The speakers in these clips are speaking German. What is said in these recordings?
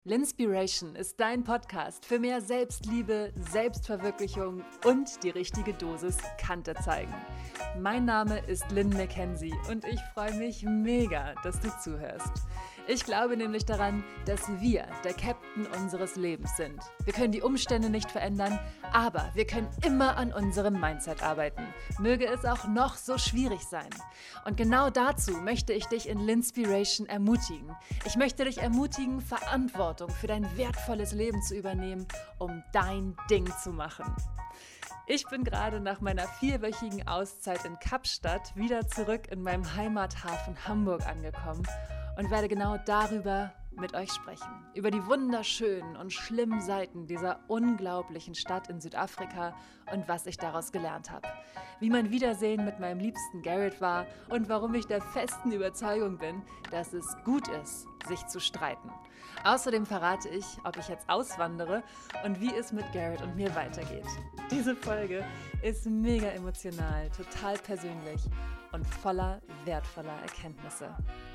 Linspiration ist dein Podcast für mehr Selbstliebe, Selbstverwirklichung und die richtige Dosis Kante zeigen. Mein Name ist Lynn McKenzie und ich freue mich mega, dass du zuhörst. Ich glaube nämlich daran, dass wir der Captain unseres Lebens sind. Wir können die Umstände nicht verändern, aber wir können immer an unserem Mindset arbeiten. Möge es auch noch so schwierig sein. Und genau dazu möchte ich dich in Linspiration ermutigen. Ich möchte dich ermutigen, Verantwortung für dein wertvolles Leben zu übernehmen, um dein Ding zu machen. Ich bin gerade nach meiner 4-wöchigen Auszeit in Kapstadt wieder zurück in meinem Heimathafen Hamburg angekommen und werde genau darüber mit euch sprechen. Über die wunderschönen und schlimmen Seiten dieser unglaublichen Stadt in Südafrika und was ich daraus gelernt habe. Wie mein Wiedersehen mit meinem liebsten Garrett war und warum ich der festen Überzeugung bin, dass es gut ist, sich zu streiten. Außerdem verrate ich, ob ich jetzt auswandere und wie es mit Garrett und mir weitergeht. Diese Folge ist mega emotional, total persönlich und voller wertvoller Erkenntnisse.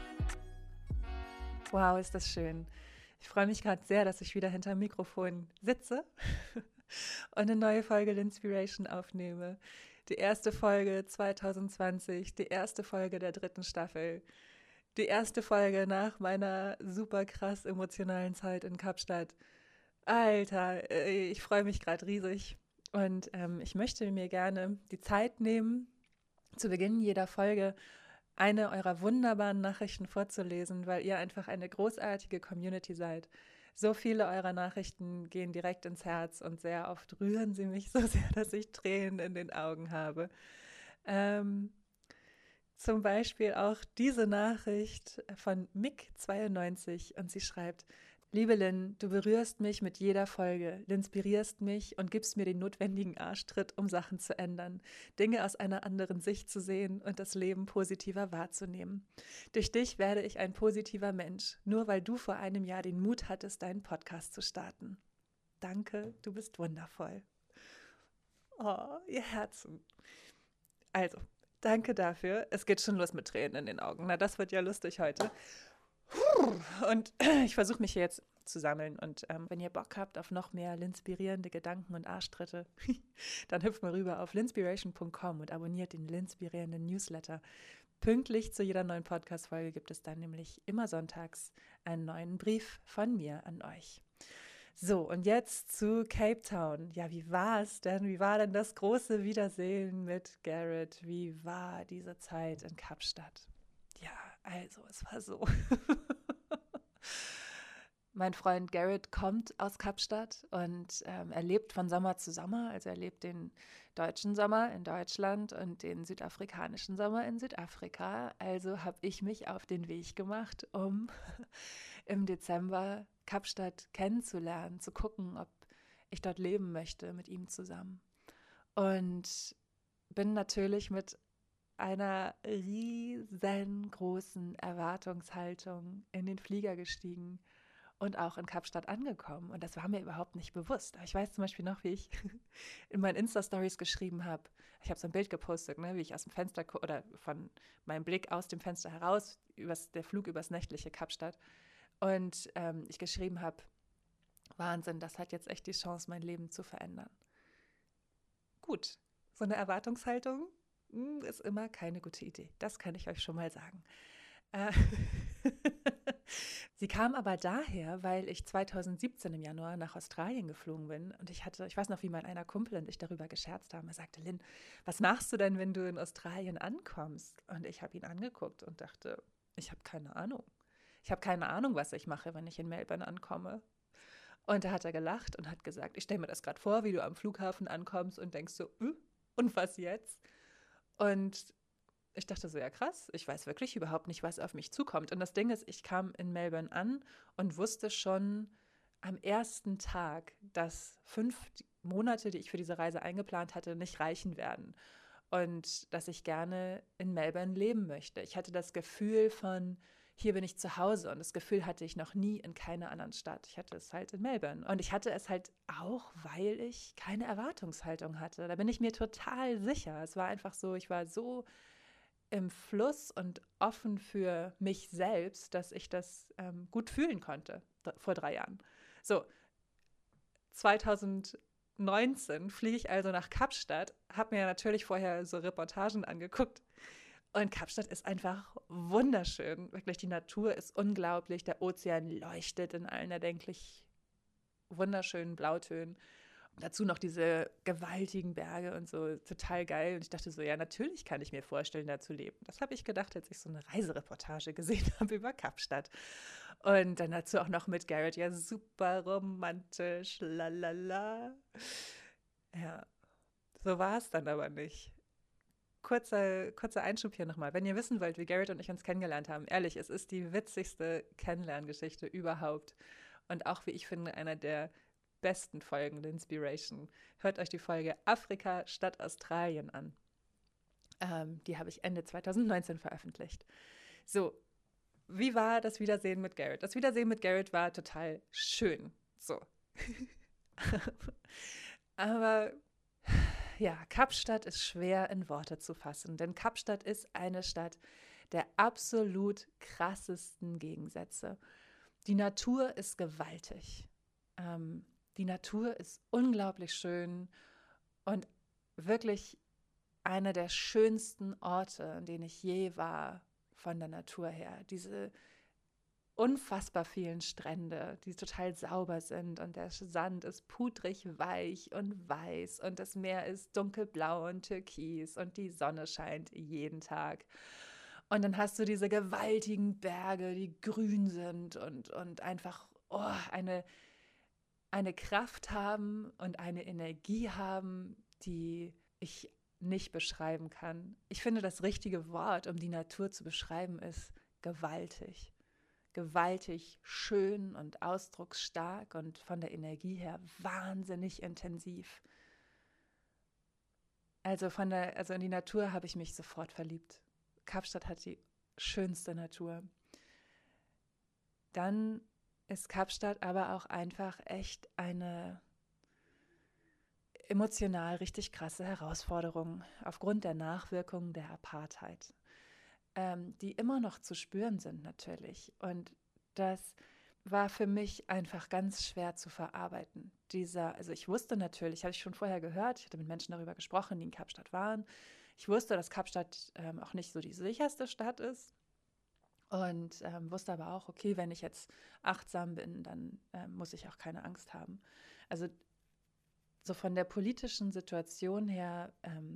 Wow, ist das schön. Ich freue mich gerade sehr, dass ich wieder hinterm Mikrofon sitze und eine neue Folge Linspiration aufnehme. Die erste Folge 2020, die erste Folge der 3. Staffel, die erste Folge nach meiner super krass emotionalen Zeit in Kapstadt. Alter, ich freue mich gerade riesig und ich möchte mir gerne die Zeit nehmen, zu Beginn jeder Folge eine eurer wunderbaren Nachrichten vorzulesen, weil ihr einfach eine großartige Community seid. So viele eurer Nachrichten gehen direkt ins Herz und sehr oft rühren sie mich so sehr, dass ich Tränen in den Augen habe. Zum Beispiel auch diese Nachricht von Mick92 und sie schreibt: Liebe Lynn, du berührst mich mit jeder Folge, inspirierst mich und gibst mir den notwendigen Arschtritt, um Sachen zu ändern, Dinge aus einer anderen Sicht zu sehen und das Leben positiver wahrzunehmen. Durch dich werde ich ein positiver Mensch, nur weil du vor einem Jahr den Mut hattest, deinen Podcast zu starten. Danke, du bist wundervoll. Oh, ihr Herzen. Also, danke dafür. Es geht schon los mit Tränen in den Augen. Na, das wird ja lustig heute. Und ich versuche mich hier jetzt zu sammeln und wenn ihr Bock habt auf noch mehr linspirierende Gedanken und Arschtritte, dann hüpft mal rüber auf linspiration.com und abonniert den linspirierenden Newsletter. Pünktlich zu jeder neuen Podcast-Folge gibt es dann nämlich immer sonntags einen neuen Brief von mir an euch. So, und jetzt zu Cape Town. Ja, wie war es denn? Wie war denn das große Wiedersehen mit Garrett? Wie war diese Zeit in Kapstadt? Ja, also, es war so. Mein Freund Garrett kommt aus Kapstadt und er lebt von Sommer zu Sommer. Also er lebt den deutschen Sommer in Deutschland und den südafrikanischen Sommer in Südafrika. Also habe ich mich auf den Weg gemacht, um im Dezember Kapstadt kennenzulernen, zu gucken, ob ich dort leben möchte mit ihm zusammen. Und bin natürlich mit einer riesengroßen Erwartungshaltung in den Flieger gestiegen und auch in Kapstadt angekommen. Und das war mir überhaupt nicht bewusst. Aber ich weiß zum Beispiel noch, wie ich in meinen Insta-Stories geschrieben habe. Ich habe so ein Bild gepostet, wie ich aus dem Fenster oder von meinem Blick aus dem Fenster heraus, der Flug übers nächtliche Kapstadt. Und ich geschrieben habe: Wahnsinn, das hat jetzt echt die Chance, mein Leben zu verändern. Gut, so eine Erwartungshaltung ist immer keine gute Idee. Das kann ich euch schon mal sagen. Sie kam aber daher, weil ich 2017 im Januar nach Australien geflogen bin und ich weiß noch, wie mein einer Kumpel und ich darüber gescherzt haben. Er sagte: Lynn, was machst du denn, wenn du in Australien ankommst? Und ich habe ihn angeguckt und dachte, ich habe keine Ahnung. Ich habe keine Ahnung, was ich mache, wenn ich in Melbourne ankomme. Und da hat er gelacht und hat gesagt: Ich stelle mir das gerade vor, wie du am Flughafen ankommst und denkst so, und was jetzt? Und ich dachte so, ja krass, ich weiß wirklich überhaupt nicht, was auf mich zukommt. Und das Ding ist, ich kam in Melbourne an und wusste schon am ersten Tag, dass 5 Monate, die ich für diese Reise eingeplant hatte, nicht reichen werden. Und dass ich gerne in Melbourne leben möchte. Ich hatte das Gefühl von, hier bin ich zu Hause. Und das Gefühl hatte ich noch nie in keiner anderen Stadt. Ich hatte es halt in Melbourne. Und ich hatte es halt auch, weil ich keine Erwartungshaltung hatte. Da bin ich mir total sicher. Es war einfach so, ich war so im Fluss und offen für mich selbst, dass ich das gut fühlen konnte. vor 3 Jahren. So, 2019 fliege ich also nach Kapstadt, habe mir natürlich vorher so Reportagen angeguckt. Und Kapstadt ist einfach wunderschön. Wirklich, die Natur ist unglaublich. Der Ozean leuchtet in allen erdenklich wunderschönen Blautönen. Und dazu noch diese gewaltigen Berge und so, total geil. Und ich dachte so, ja, natürlich kann ich mir vorstellen, da zu leben. Das habe ich gedacht, als ich so eine Reisereportage gesehen habe über Kapstadt. Und dann dazu auch noch mit Garrett, ja, super romantisch, lalala. Ja, so war es dann aber nicht. Kurzer Einschub hier nochmal. Wenn ihr wissen wollt, wie Garrett und ich uns kennengelernt haben, ehrlich, es ist die witzigste Kennenlerngeschichte überhaupt. Und auch, wie ich finde, einer der besten Folgen der Inspiration. Hört euch die Folge Afrika statt Australien an. Die habe ich Ende 2019 veröffentlicht. So, wie war das Wiedersehen mit Garrett? Das Wiedersehen mit Garrett war total schön. So. Aber ja, Kapstadt ist schwer in Worte zu fassen, denn Kapstadt ist eine Stadt der absolut krassesten Gegensätze. Die Natur ist gewaltig. Die Natur ist unglaublich schön und wirklich einer der schönsten Orte, an denen ich je war, von der Natur her. Diese unfassbar vielen Strände, die total sauber sind und der Sand ist pudrig weich und weiß und das Meer ist dunkelblau und türkis und die Sonne scheint jeden Tag. Und dann hast du diese gewaltigen Berge, die grün sind und einfach eine Kraft haben und eine Energie haben, die ich nicht beschreiben kann. Ich finde, das richtige Wort, um die Natur zu beschreiben, ist gewaltig. Gewaltig schön und ausdrucksstark und von der Energie her wahnsinnig intensiv. Also in die Natur habe ich mich sofort verliebt. Kapstadt hat die schönste Natur. Dann ist Kapstadt aber auch einfach echt eine emotional richtig krasse Herausforderung aufgrund der Nachwirkungen der Apartheid, die immer noch zu spüren sind natürlich. Und das war für mich einfach ganz schwer zu verarbeiten. Also ich wusste natürlich, habe ich schon vorher gehört, ich hatte mit Menschen darüber gesprochen, die in Kapstadt waren. Ich wusste, dass Kapstadt auch nicht so die sicherste Stadt ist. Und wusste aber auch, okay, wenn ich jetzt achtsam bin, dann muss ich auch keine Angst haben. Also so von der politischen Situation her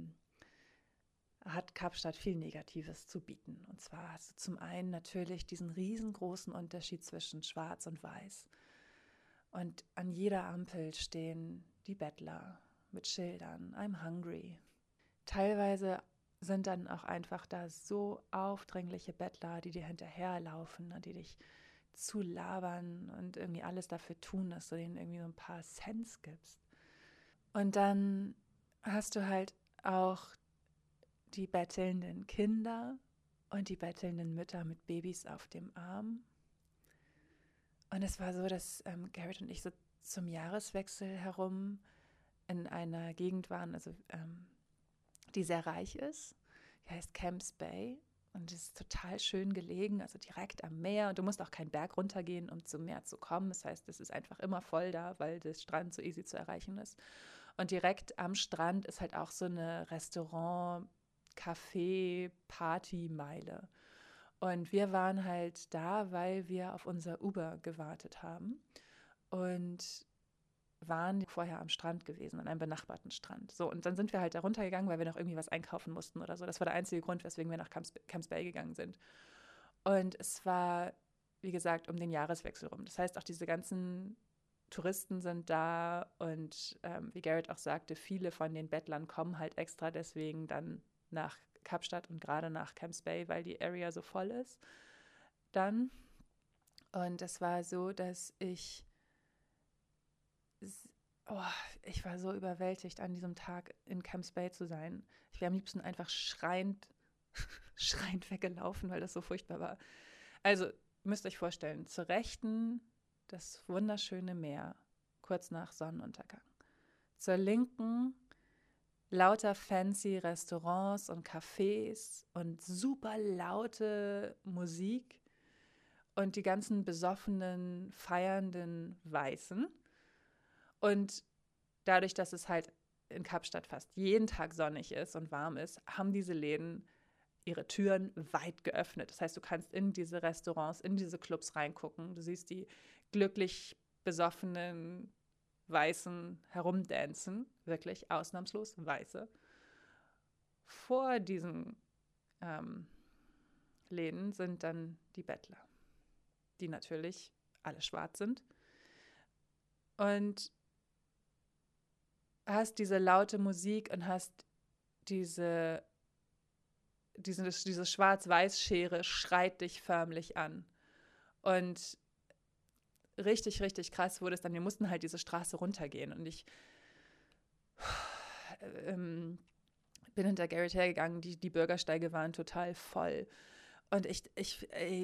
hat Kapstadt viel Negatives zu bieten. Und zwar hast du zum einen natürlich diesen riesengroßen Unterschied zwischen Schwarz und Weiß. Und an jeder Ampel stehen die Bettler mit Schildern, I'm hungry. Teilweise sind dann auch einfach da so aufdringliche Bettler, die dir hinterherlaufen, die dich zulabern und irgendwie alles dafür tun, dass du denen irgendwie so ein paar Cents gibst. Und dann hast du halt auch die bettelnden Kinder und die bettelnden Mütter mit Babys auf dem Arm. Und es war so, dass Garrett und ich so zum Jahreswechsel herum in einer Gegend waren, die sehr reich ist. Die heißt Camps Bay und ist total schön gelegen, also direkt am Meer. Und du musst auch keinen Berg runtergehen, um zum Meer zu kommen. Das heißt, es ist einfach immer voll da, weil der Strand so easy zu erreichen ist. Und direkt am Strand ist halt auch so eine Restaurant- Café-Party-Meile. Und wir waren halt da, weil wir auf unser Uber gewartet haben und waren vorher am Strand gewesen, an einem benachbarten Strand. So, und dann sind wir halt da runtergegangen, weil wir noch irgendwie was einkaufen mussten oder so. Das war der einzige Grund, weswegen wir nach Camps Bay gegangen sind. Und es war, wie gesagt, um den Jahreswechsel rum. Das heißt, auch diese ganzen Touristen sind da und wie Garrett auch sagte, viele von den Bettlern kommen halt extra deswegen dann nach Kapstadt und gerade nach Camps Bay, weil die Area so voll ist. Dann. Und es war so, dass ich war so überwältigt, an diesem Tag in Camps Bay zu sein. Ich wäre am liebsten einfach schreiend weggelaufen, weil das so furchtbar war. Also, ihr müsst euch vorstellen, zur Rechten das wunderschöne Meer, kurz nach Sonnenuntergang. Zur Linken lauter fancy Restaurants und Cafés und super laute Musik. und die ganzen besoffenen, feiernden Weißen. Und dadurch, dass es halt in Kapstadt fast jeden Tag sonnig ist und warm ist, haben diese Läden ihre Türen weit geöffnet. Das heißt, du kannst in diese Restaurants, in diese Clubs reingucken. Du siehst die glücklich besoffenen Weißen herumdancen, wirklich ausnahmslos Weiße. Vor diesen Läden sind dann die Bettler, die natürlich alle schwarz sind. Und hast diese laute Musik und hast diese Schwarz-Weiß-Schere schreit dich förmlich an. Und richtig, richtig krass wurde es dann. Wir mussten halt diese Straße runtergehen. Und ich bin hinter Garrett hergegangen. Die Bürgersteige waren total voll. Und ich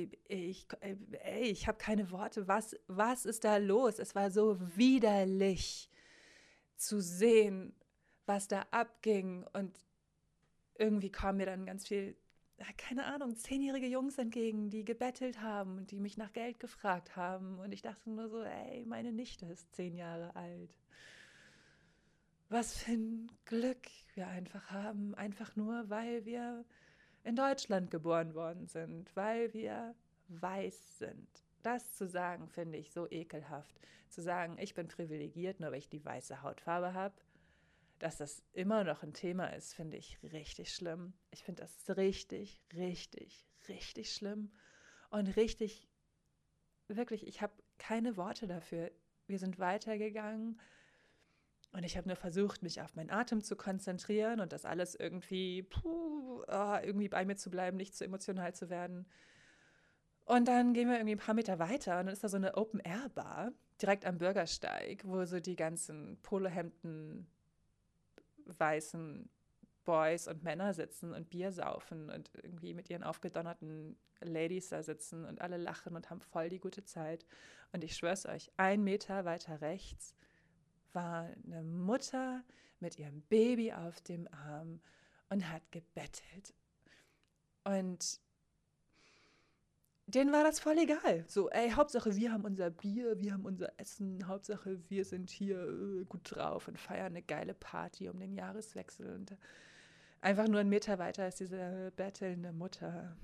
habe keine Worte. Was ist da los? Es war so widerlich zu sehen, was da abging. Und irgendwie kamen mir dann ganz viel, keine Ahnung, 10-jährige Jungs entgegen, die gebettelt haben und die mich nach Geld gefragt haben. Und ich dachte nur so, meine Nichte ist 10 Jahre alt. Was für ein Glück wir einfach haben, einfach nur, weil wir in Deutschland geboren worden sind, weil wir weiß sind. Das zu sagen, finde ich so ekelhaft. Zu sagen, ich bin privilegiert, nur weil ich die weiße Hautfarbe habe. Dass das immer noch ein Thema ist, finde ich richtig schlimm. Ich finde das richtig, richtig, richtig schlimm. Und richtig, wirklich, ich habe keine Worte dafür. Wir sind weitergegangen und ich habe nur versucht, mich auf meinen Atem zu konzentrieren und das alles irgendwie bei mir zu bleiben, nicht zu emotional zu werden. Und dann gehen wir irgendwie ein paar Meter weiter und dann ist da so eine Open-Air-Bar direkt am Bürgersteig, wo so die ganzen Polohemden weißen Boys und Männer sitzen und Bier saufen und irgendwie mit ihren aufgedonnerten Ladies da sitzen und alle lachen und haben voll die gute Zeit. Und ich schwör's euch, 1 Meter weiter rechts war eine Mutter mit ihrem Baby auf dem Arm und hat gebettelt. Und denen war das voll egal. So, Hauptsache wir haben unser Bier, wir haben unser Essen, Hauptsache wir sind hier gut drauf und feiern eine geile Party um den Jahreswechsel. Und einfach nur 1 Meter weiter ist diese bettelnde Mutter.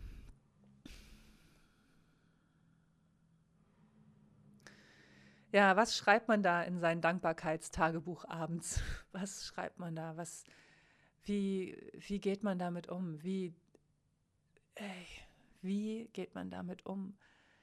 Ja, was schreibt man da in sein Dankbarkeitstagebuch abends? Was schreibt man da? Wie geht man damit um? Wie geht man damit um?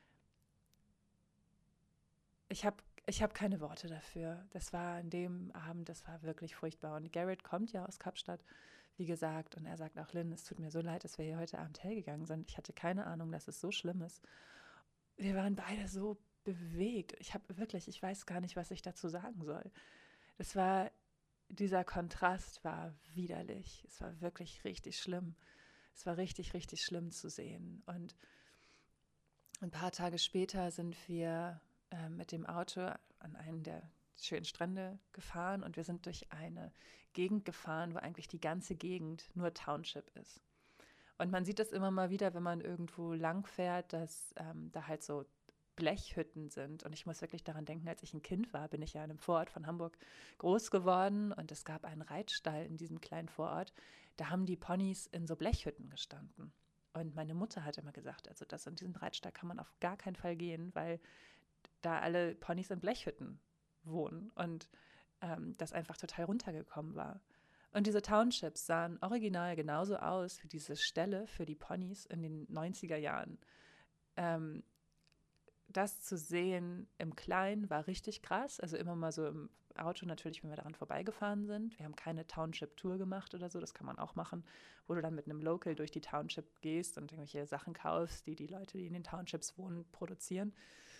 Ich hab keine Worte dafür. Das war an dem Abend, das war wirklich furchtbar. Und Garrett kommt ja aus Kapstadt, wie gesagt, und er sagt auch, Lynn, es tut mir so leid, dass wir hier heute Abend hergegangen sind. Ich hatte keine Ahnung, dass es so schlimm ist. Wir waren beide so bewegt. Ich weiß gar nicht, was ich dazu sagen soll. Dieser Kontrast war widerlich. Es war wirklich richtig schlimm. Es war richtig, richtig schlimm zu sehen. Und ein paar Tage später sind wir mit dem Auto an einen der schönen Strände gefahren und wir sind durch eine Gegend gefahren, wo eigentlich die ganze Gegend nur Township ist. Und man sieht das immer mal wieder, wenn man irgendwo lang fährt, dass da halt so Blechhütten sind. Und ich muss wirklich daran denken, als ich ein Kind war, bin ich ja in einem Vorort von Hamburg groß geworden und es gab einen Reitstall in diesem kleinen Vorort. Da haben die Ponys in so Blechhütten gestanden. Und meine Mutter hat immer gesagt, also das in diesen Reitstall kann man auf gar keinen Fall gehen, weil da alle Ponys in Blechhütten wohnen und das einfach total runtergekommen war. Und diese Townships sahen original genauso aus wie diese Ställe für die Ponys in den 90er Jahren. Das zu sehen im Kleinen war richtig krass. Also immer mal so im Auto natürlich, wenn wir daran vorbeigefahren sind. Wir haben keine Township-Tour gemacht oder so, das kann man auch machen, wo du dann mit einem Local durch die Township gehst und irgendwelche Sachen kaufst, die die Leute, die in den Townships wohnen, produzieren.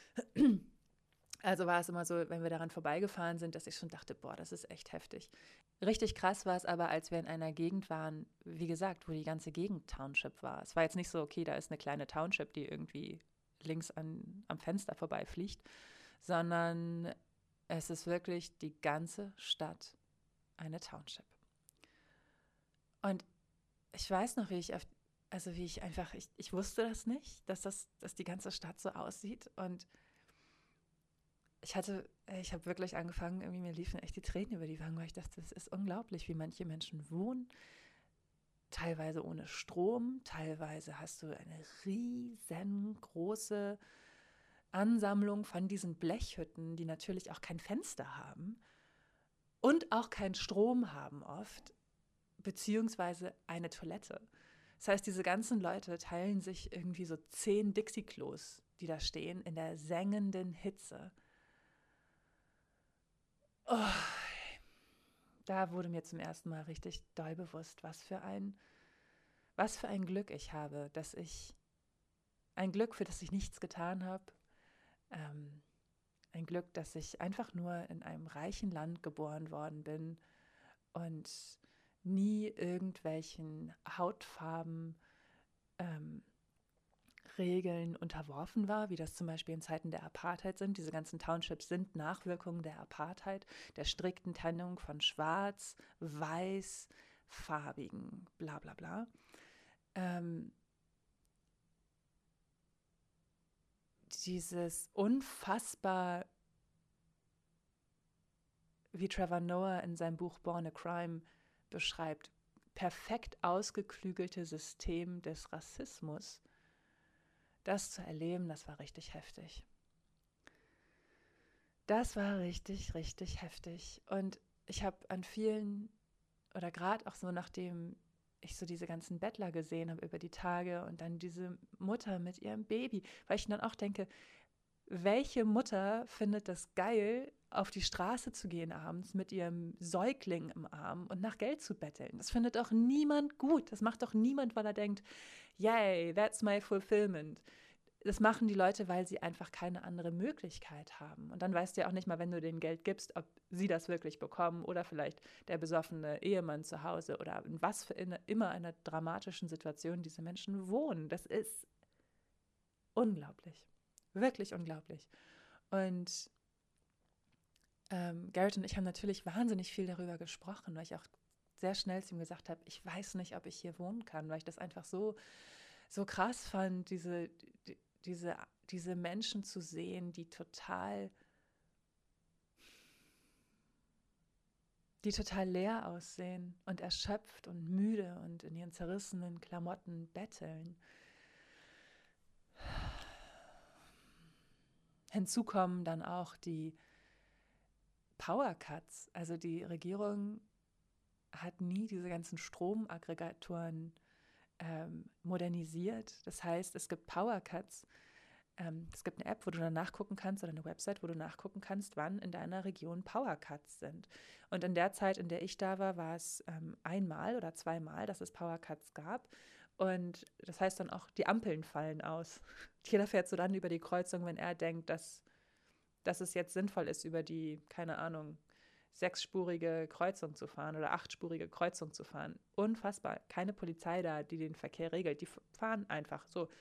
Also war es immer so, wenn wir daran vorbeigefahren sind, dass ich schon dachte, boah, das ist echt heftig. Richtig krass war es aber, als wir in einer Gegend waren, wie gesagt, wo die ganze Gegend Township war. Es war jetzt nicht so, okay, da ist eine kleine Township, die irgendwie links am Fenster vorbeifliegt, sondern es ist wirklich die ganze Stadt eine Township. Und ich weiß noch, wie ich auf also wie ich einfach, ich wusste das nicht, dass die ganze Stadt so aussieht. Und ich habe wirklich angefangen, irgendwie mir liefen echt die Tränen über die Wangen, weil ich dachte, das ist unglaublich, wie manche Menschen wohnen. Teilweise ohne Strom, teilweise hast du eine riesengroße Ansammlung von diesen Blechhütten, die natürlich auch kein Fenster haben und auch keinen Strom haben oft, beziehungsweise eine Toilette. Das heißt, diese ganzen Leute teilen sich irgendwie so 10 Dixie-Klos, die da stehen, in der sengenden Hitze. Oh, da wurde mir zum ersten Mal richtig doll bewusst, was für ein Glück ich habe, ein Glück, für das ich nichts getan habe, ähm, ein Glück, dass ich einfach nur in einem reichen Land geboren worden bin und nie irgendwelchen Hautfarben, ähm, Regeln unterworfen war, wie das zum Beispiel in Zeiten der Apartheid sind. Diese ganzen Townships sind Nachwirkungen der Apartheid, der strikten Trennung von schwarz, weiß, farbigen, bla bla bla. Dieses unfassbar, wie Trevor Noah in seinem Buch Born a Crime beschreibt, perfekt ausgeklügelte System des Rassismus, das zu erleben, das war richtig heftig. Das war richtig, richtig heftig. Und ich habe an vielen, oder gerade auch so, nachdem ich so diese ganzen Bettler gesehen habe über die Tage und dann diese Mutter mit ihrem Baby, weil ich dann auch denke, welche Mutter findet das geil, auf die Straße zu gehen abends mit ihrem Säugling im Arm und nach Geld zu betteln? Das findet doch niemand gut. Das macht doch niemand, weil er denkt, yay, that's my fulfillment. Das machen die Leute, weil sie einfach keine andere Möglichkeit haben. Und dann weißt du ja auch nicht mal, wenn du denen Geld gibst, ob sie das wirklich bekommen oder vielleicht der besoffene Ehemann zu Hause oder in was für immer einer dramatischen Situation diese Menschen wohnen. Das ist unglaublich. Wirklich unglaublich. Und Garrett und ich haben natürlich wahnsinnig viel darüber gesprochen, weil ich auch sehr schnell zu ihm gesagt habe, ich weiß nicht, ob ich hier wohnen kann, weil ich das einfach so krass fand, diese Menschen zu sehen, die total leer aussehen und erschöpft und müde und in ihren zerrissenen Klamotten betteln. Hinzu kommen dann auch die Power Cuts. Also die Regierung hat nie diese ganzen Stromaggregatoren modernisiert. Das heißt, es gibt Power Cuts. Es gibt eine App, wo du dann nachgucken kannst oder eine Website, wo du nachgucken kannst, wann in deiner Region Power Cuts sind. Und in der Zeit, in der ich da war es einmal oder zweimal, dass es Power Cuts gab. Und das heißt dann auch, die Ampeln fallen aus. Jeder fährt so dann über die Kreuzung, wenn er denkt, dass es jetzt sinnvoll ist, über die, keine Ahnung, 6-spurige Kreuzung zu fahren oder 8-spurige Kreuzung zu fahren. Unfassbar. Keine Polizei da, die den Verkehr regelt. Die fahren einfach so.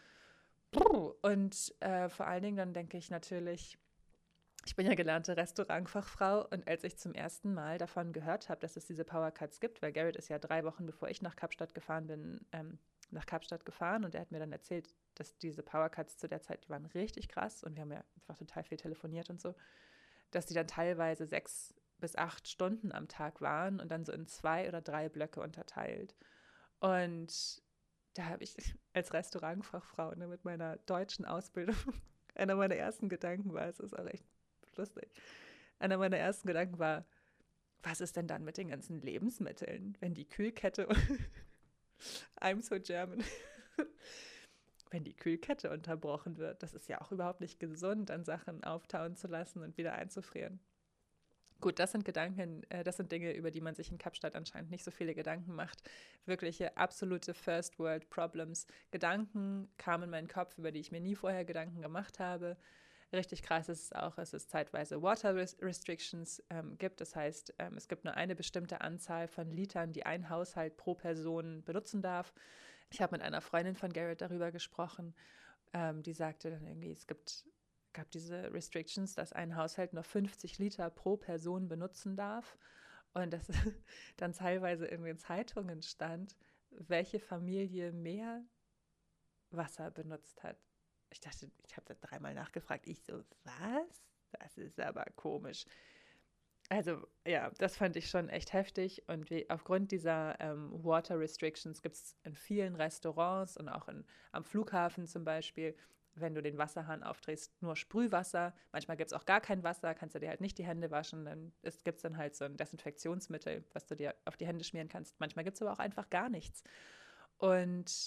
Und vor allen Dingen dann denke ich natürlich, ich bin ja gelernte Restaurantfachfrau und als ich zum ersten Mal davon gehört habe, dass es diese Power Cuts gibt, weil Garrett ist ja 3 Wochen, bevor ich nach Kapstadt gefahren bin, nach Kapstadt gefahren und er hat mir dann erzählt, dass diese Power Cuts zu der Zeit, die waren richtig krass und wir haben ja einfach total viel telefoniert und so, dass die dann teilweise 6 bis 8 Stunden am Tag waren und dann so in 2 oder 3 Blöcke unterteilt. Und da habe ich als Restaurantfachfrau, ne, mit meiner deutschen Ausbildung, einer meiner ersten Gedanken war, es ist auch echt lustig, einer meiner ersten Gedanken war, was ist denn dann mit den ganzen Lebensmitteln, wenn die Kühlkette, I'm so German, wenn die Kühlkette unterbrochen wird? Das ist ja auch überhaupt nicht gesund, an Sachen auftauen zu lassen und wieder einzufrieren. Gut, das sind Dinge, über die man sich in Kapstadt anscheinend nicht so viele Gedanken macht. Wirkliche absolute First World Problems. Gedanken kamen in meinen Kopf, über die ich mir nie vorher Gedanken gemacht habe. Richtig krass ist es auch, dass es zeitweise Water Restrictions gibt. Das heißt, es gibt nur eine bestimmte Anzahl von Litern, die ein Haushalt pro Person benutzen darf. Ich habe mit einer Freundin von Garrett darüber gesprochen, die sagte dann irgendwie, gab diese Restrictions, dass ein Haushalt nur 50 Liter pro Person benutzen darf und dass dann teilweise irgendwie in Zeitungen stand, welche Familie mehr Wasser benutzt hat. Ich dachte, ich habe da 3-mal nachgefragt. Ich so, was? Das ist aber komisch. Also ja, das fand ich schon echt heftig und aufgrund dieser Water Restrictions gibt es in vielen Restaurants und auch am Flughafen zum Beispiel, wenn du den Wasserhahn aufdrehst, nur Sprühwasser. Manchmal gibt es auch gar kein Wasser, kannst du dir halt nicht die Hände waschen. Dann gibt es dann halt so ein Desinfektionsmittel, was du dir auf die Hände schmieren kannst. Manchmal gibt es aber auch einfach gar nichts. Und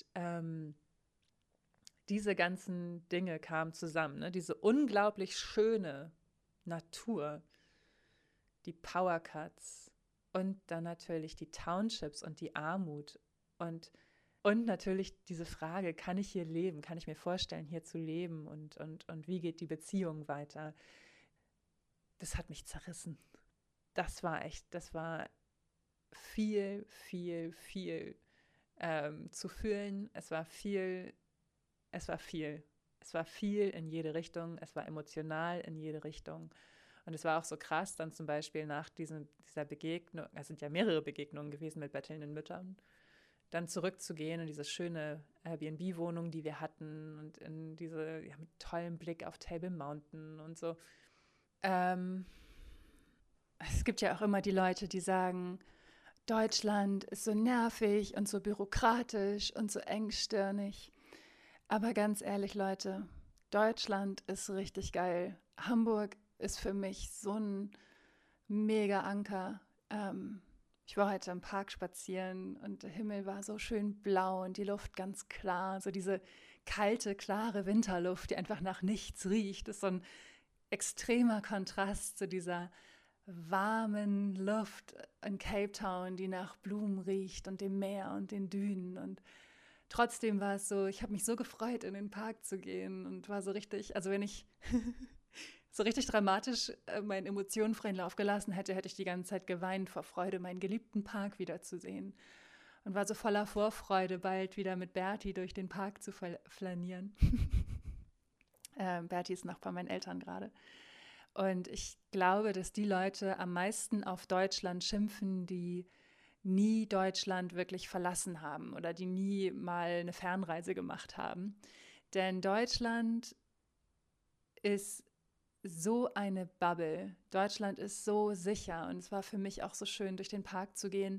diese ganzen Dinge kamen zusammen, ne? Diese unglaublich schöne Natur, die Power Cuts und dann natürlich die Townships und die Armut und natürlich diese Frage, kann ich hier leben? Kann ich mir vorstellen, hier zu leben? Und wie geht die Beziehung weiter? Das hat mich zerrissen. Das war viel, viel, viel zu fühlen. Es war viel. Es war viel in jede Richtung. Es war emotional in jede Richtung. Und es war auch so krass, dann zum Beispiel nach dieser Begegnung, es sind ja mehrere Begegnungen gewesen mit bettelnden Müttern, dann zurückzugehen in diese schöne Airbnb-Wohnung, die wir hatten und in diese, ja, mit tollem Blick auf Table Mountain und so. Es gibt ja auch immer die Leute, die sagen, Deutschland ist so nervig und so bürokratisch und so engstirnig. Aber ganz ehrlich, Leute, Deutschland ist richtig geil. Hamburg ist für mich so ein mega Anker. Ich war heute im Park spazieren und der Himmel war so schön blau und die Luft ganz klar. So diese kalte, klare Winterluft, die einfach nach nichts riecht. Das ist so ein extremer Kontrast zu dieser warmen Luft in Cape Town, die nach Blumen riecht und dem Meer und den Dünen. Und trotzdem war es so, ich habe mich so gefreut, in den Park zu gehen und war so richtig, also wenn ich so richtig dramatisch meinen Emotionen freien Lauf gelassen hätte, hätte ich die ganze Zeit geweint vor Freude, meinen geliebten Park wiederzusehen. Und war so voller Vorfreude, bald wieder mit Berti durch den Park zu flanieren. Berti ist noch bei meinen Eltern gerade. Und ich glaube, dass die Leute am meisten auf Deutschland schimpfen, die nie Deutschland wirklich verlassen haben oder die nie mal eine Fernreise gemacht haben. Denn Deutschland ist so eine Bubble. Deutschland ist so sicher und es war für mich auch so schön, durch den Park zu gehen,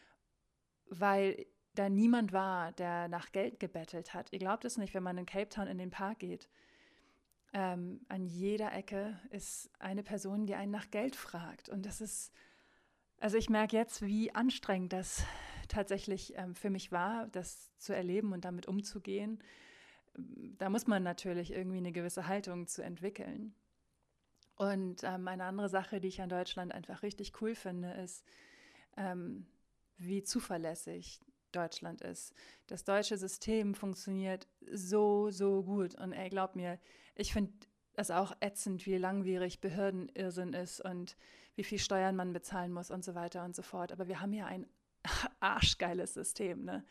weil da niemand war, der nach Geld gebettelt hat. Ihr glaubt es nicht, wenn man in Cape Town in den Park geht. An jeder Ecke ist eine Person, die einen nach Geld fragt. Und das ist, also ich merke jetzt, wie anstrengend das tatsächlich für mich war, das zu erleben und damit umzugehen. Da muss man natürlich irgendwie eine gewisse Haltung zu entwickeln. Und eine andere Sache, die ich an Deutschland einfach richtig cool finde, ist, wie zuverlässig Deutschland ist. Das deutsche System funktioniert so, so gut. Und ey, glaub mir, ich finde es auch ätzend, wie langwierig Behördenirrsinn ist und wie viel Steuern man bezahlen muss und so weiter und so fort. Aber wir haben ja ein arschgeiles System, ne?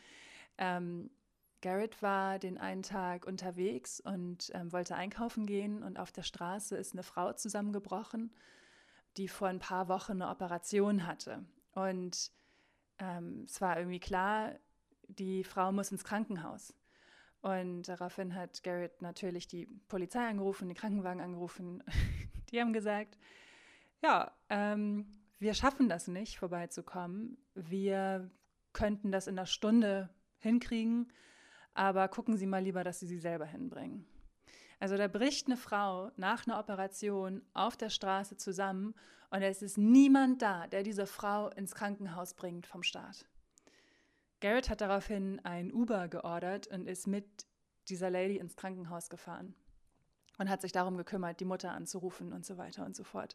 Garrett war den einen Tag unterwegs und wollte einkaufen gehen und auf der Straße ist eine Frau zusammengebrochen, die vor ein paar Wochen eine Operation hatte. Und es war irgendwie klar, die Frau muss ins Krankenhaus. Und daraufhin hat Garrett natürlich die Polizei angerufen, den Krankenwagen angerufen. Die haben gesagt, ja, wir schaffen das nicht, vorbeizukommen. Wir könnten das in einer Stunde hinkriegen, aber gucken Sie mal lieber, dass Sie selber hinbringen. Also da bricht eine Frau nach einer Operation auf der Straße zusammen und es ist niemand da, der diese Frau ins Krankenhaus bringt vom Staat. Garrett hat daraufhin ein Uber geordert und ist mit dieser Lady ins Krankenhaus gefahren und hat sich darum gekümmert, die Mutter anzurufen und so weiter und so fort.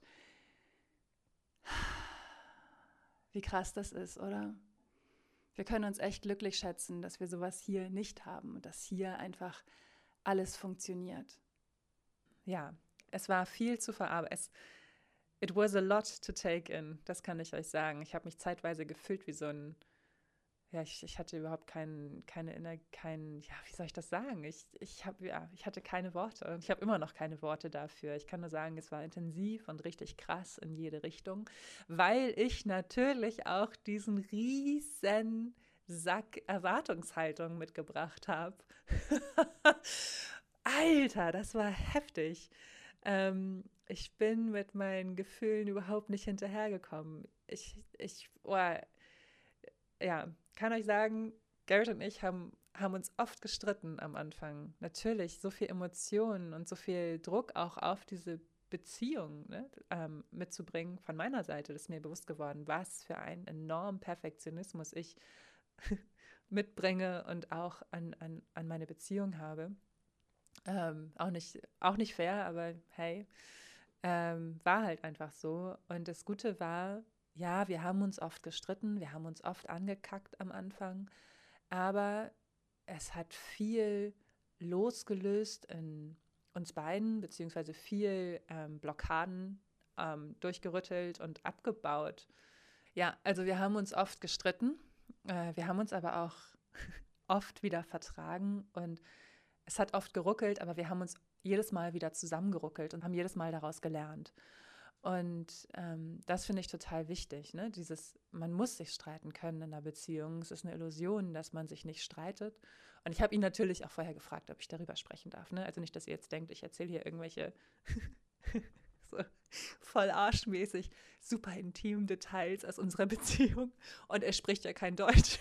Wie krass das ist, oder? Wir können uns echt glücklich schätzen, dass wir sowas hier nicht haben und dass hier einfach alles funktioniert. Ja, es war viel zu verarbeiten. It was a lot to take in, das kann ich euch sagen. Ich habe mich zeitweise gefühlt wie so ein, ja, ich hatte überhaupt keine Energie, ja, wie soll ich das sagen? Ich hatte keine Worte. Ich habe immer noch keine Worte dafür. Ich kann nur sagen, es war intensiv und richtig krass in jede Richtung, weil ich natürlich auch diesen riesen Sack Erwartungshaltung mitgebracht habe. Alter, das war heftig. Ich bin mit meinen Gefühlen überhaupt nicht hinterhergekommen. Ja, kann euch sagen, Garrett und ich haben uns oft gestritten am Anfang. Natürlich, so viel Emotionen und so viel Druck auch auf diese Beziehung, ne, mitzubringen von meiner Seite, das ist mir bewusst geworden, was für einen enormen Perfektionismus ich mitbringe und auch an meine Beziehung habe. Auch nicht fair, aber hey, war halt einfach so. Und das Gute war, ja, wir haben uns oft gestritten, wir haben uns oft angekackt am Anfang, aber es hat viel losgelöst in uns beiden, beziehungsweise viel Blockaden durchgerüttelt und abgebaut. Ja, also wir haben uns oft gestritten, wir haben uns aber auch oft wieder vertragen und es hat oft geruckelt, aber wir haben uns jedes Mal wieder zusammengeruckelt und haben jedes Mal daraus gelernt. Und das finde ich total wichtig, ne? Man muss sich streiten können in einer Beziehung. Es ist eine Illusion, dass man sich nicht streitet. Und ich habe ihn natürlich auch vorher gefragt, ob ich darüber sprechen darf. Ne? Also nicht, dass ihr jetzt denkt, ich erzähle hier irgendwelche so voll arschmäßig, super intimen Details aus unserer Beziehung. Und er spricht ja kein Deutsch.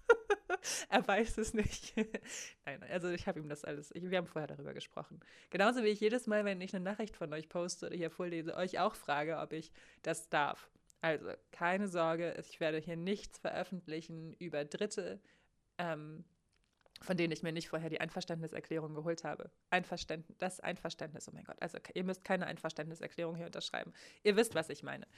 Er weiß es nicht. Nein, also ich habe ihm das alles, wir haben vorher darüber gesprochen. Genauso wie ich jedes Mal, wenn ich eine Nachricht von euch poste oder hier vorlese, euch auch frage, ob ich das darf. Also keine Sorge, ich werde hier nichts veröffentlichen über Dritte, von denen ich mir nicht vorher die Einverständniserklärung geholt habe. Das Einverständnis, oh mein Gott. Also ihr müsst keine Einverständniserklärung hier unterschreiben. Ihr wisst, was ich meine.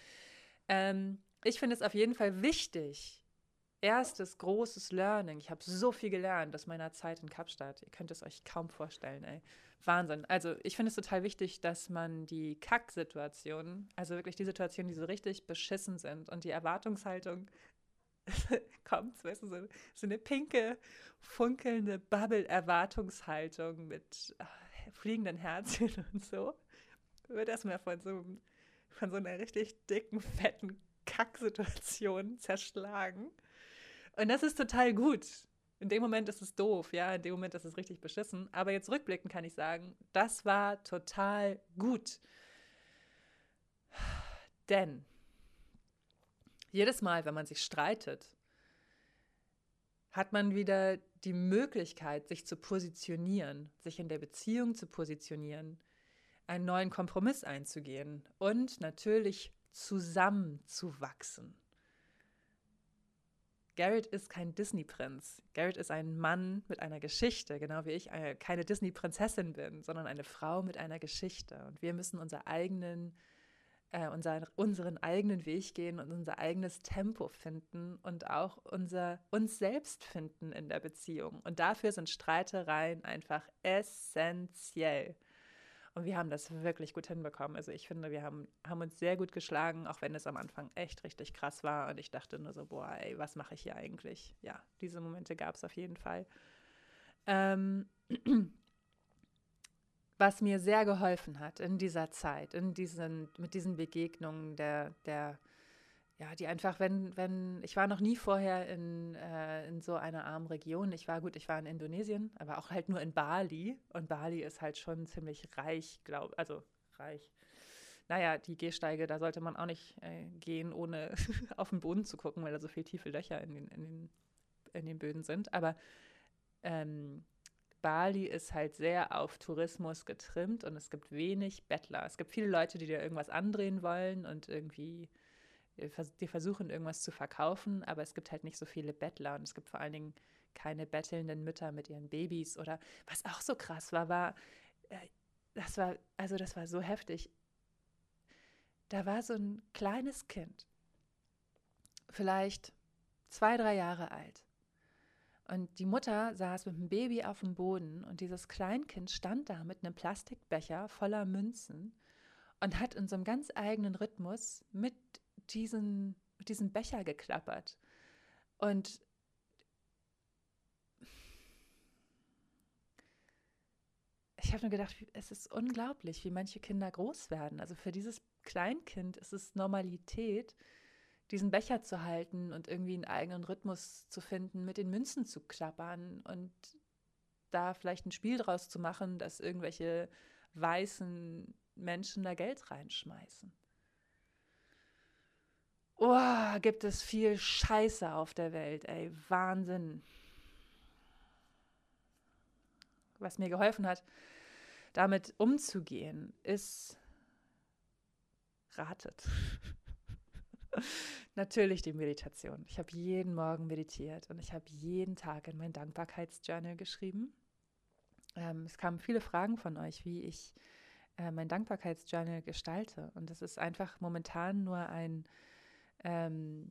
Ich finde es auf jeden Fall wichtig, erstes großes Learning. Ich habe so viel gelernt aus meiner Zeit in Kapstadt. Ihr könnt es euch kaum vorstellen, ey. Wahnsinn. Also ich finde es total wichtig, dass man die Kacksituationen, also wirklich die Situationen, die so richtig beschissen sind und die Erwartungshaltung kommt, weißt du, so eine pinke, funkelnde Bubble-Erwartungshaltung mit fliegenden Herzchen und so, wird erstmal von so einer richtig dicken, fetten Kacksituation zerschlagen. Und das ist total gut. In dem Moment ist es doof, ja, in dem Moment ist es richtig beschissen. Aber jetzt rückblickend kann ich sagen, das war total gut. Denn jedes Mal, wenn man sich streitet, hat man wieder die Möglichkeit, sich zu positionieren, sich in der Beziehung zu positionieren, einen neuen Kompromiss einzugehen und natürlich zusammenzuwachsen. Garrett ist kein Disney-Prinz. Garrett ist ein Mann mit einer Geschichte, genau wie ich keine Disney-Prinzessin bin, sondern eine Frau mit einer Geschichte. Und wir müssen unseren eigenen Weg gehen und unser eigenes Tempo finden und auch uns selbst finden in der Beziehung. Und dafür sind Streitereien einfach essentiell. Und wir haben das wirklich gut hinbekommen. Also ich finde, wir haben uns sehr gut geschlagen, auch wenn es am Anfang echt richtig krass war. Und ich dachte nur so, boah, ey, was mache ich hier eigentlich? Ja, diese Momente gab es auf jeden Fall. Was mir sehr geholfen hat in dieser Zeit, mit diesen Begegnungen die einfach, ich war noch nie vorher in so einer armen Region. Ich war in Indonesien, aber auch halt nur in Bali. Und Bali ist halt schon ziemlich reich, reich. Naja, die Gehsteige, da sollte man auch nicht gehen, ohne auf den Boden zu gucken, weil da so viele tiefe Löcher in den Böden sind. Aber Bali ist halt sehr auf Tourismus getrimmt und es gibt wenig Bettler. Es gibt viele Leute, die dir irgendwas andrehen wollen und irgendwie die versuchen, irgendwas zu verkaufen, aber es gibt halt nicht so viele Bettler und es gibt vor allen Dingen keine bettelnden Mütter mit ihren Babys oder was auch so krass das war so heftig. Da war so ein kleines Kind, vielleicht 2, 3 Jahre alt. Und die Mutter saß mit dem Baby auf dem Boden und dieses Kleinkind stand da mit einem Plastikbecher voller Münzen und hat in so einem ganz eigenen Rhythmus mit diesem Becher geklappert. Und ich habe nur gedacht, es ist unglaublich, wie manche Kinder groß werden. Also für dieses Kleinkind ist es Normalität, diesen Becher zu halten und irgendwie einen eigenen Rhythmus zu finden, mit den Münzen zu klappern und da vielleicht ein Spiel draus zu machen, dass irgendwelche weißen Menschen da Geld reinschmeißen. Oh, gibt es viel Scheiße auf der Welt, ey, Wahnsinn. Was mir geholfen hat, damit umzugehen, ist, ratet, natürlich die Meditation. Ich habe jeden Morgen meditiert und ich habe jeden Tag in mein Dankbarkeitsjournal geschrieben. Es kamen viele Fragen von euch, wie ich mein Dankbarkeitsjournal gestalte. Und das ist einfach momentan nur ähm,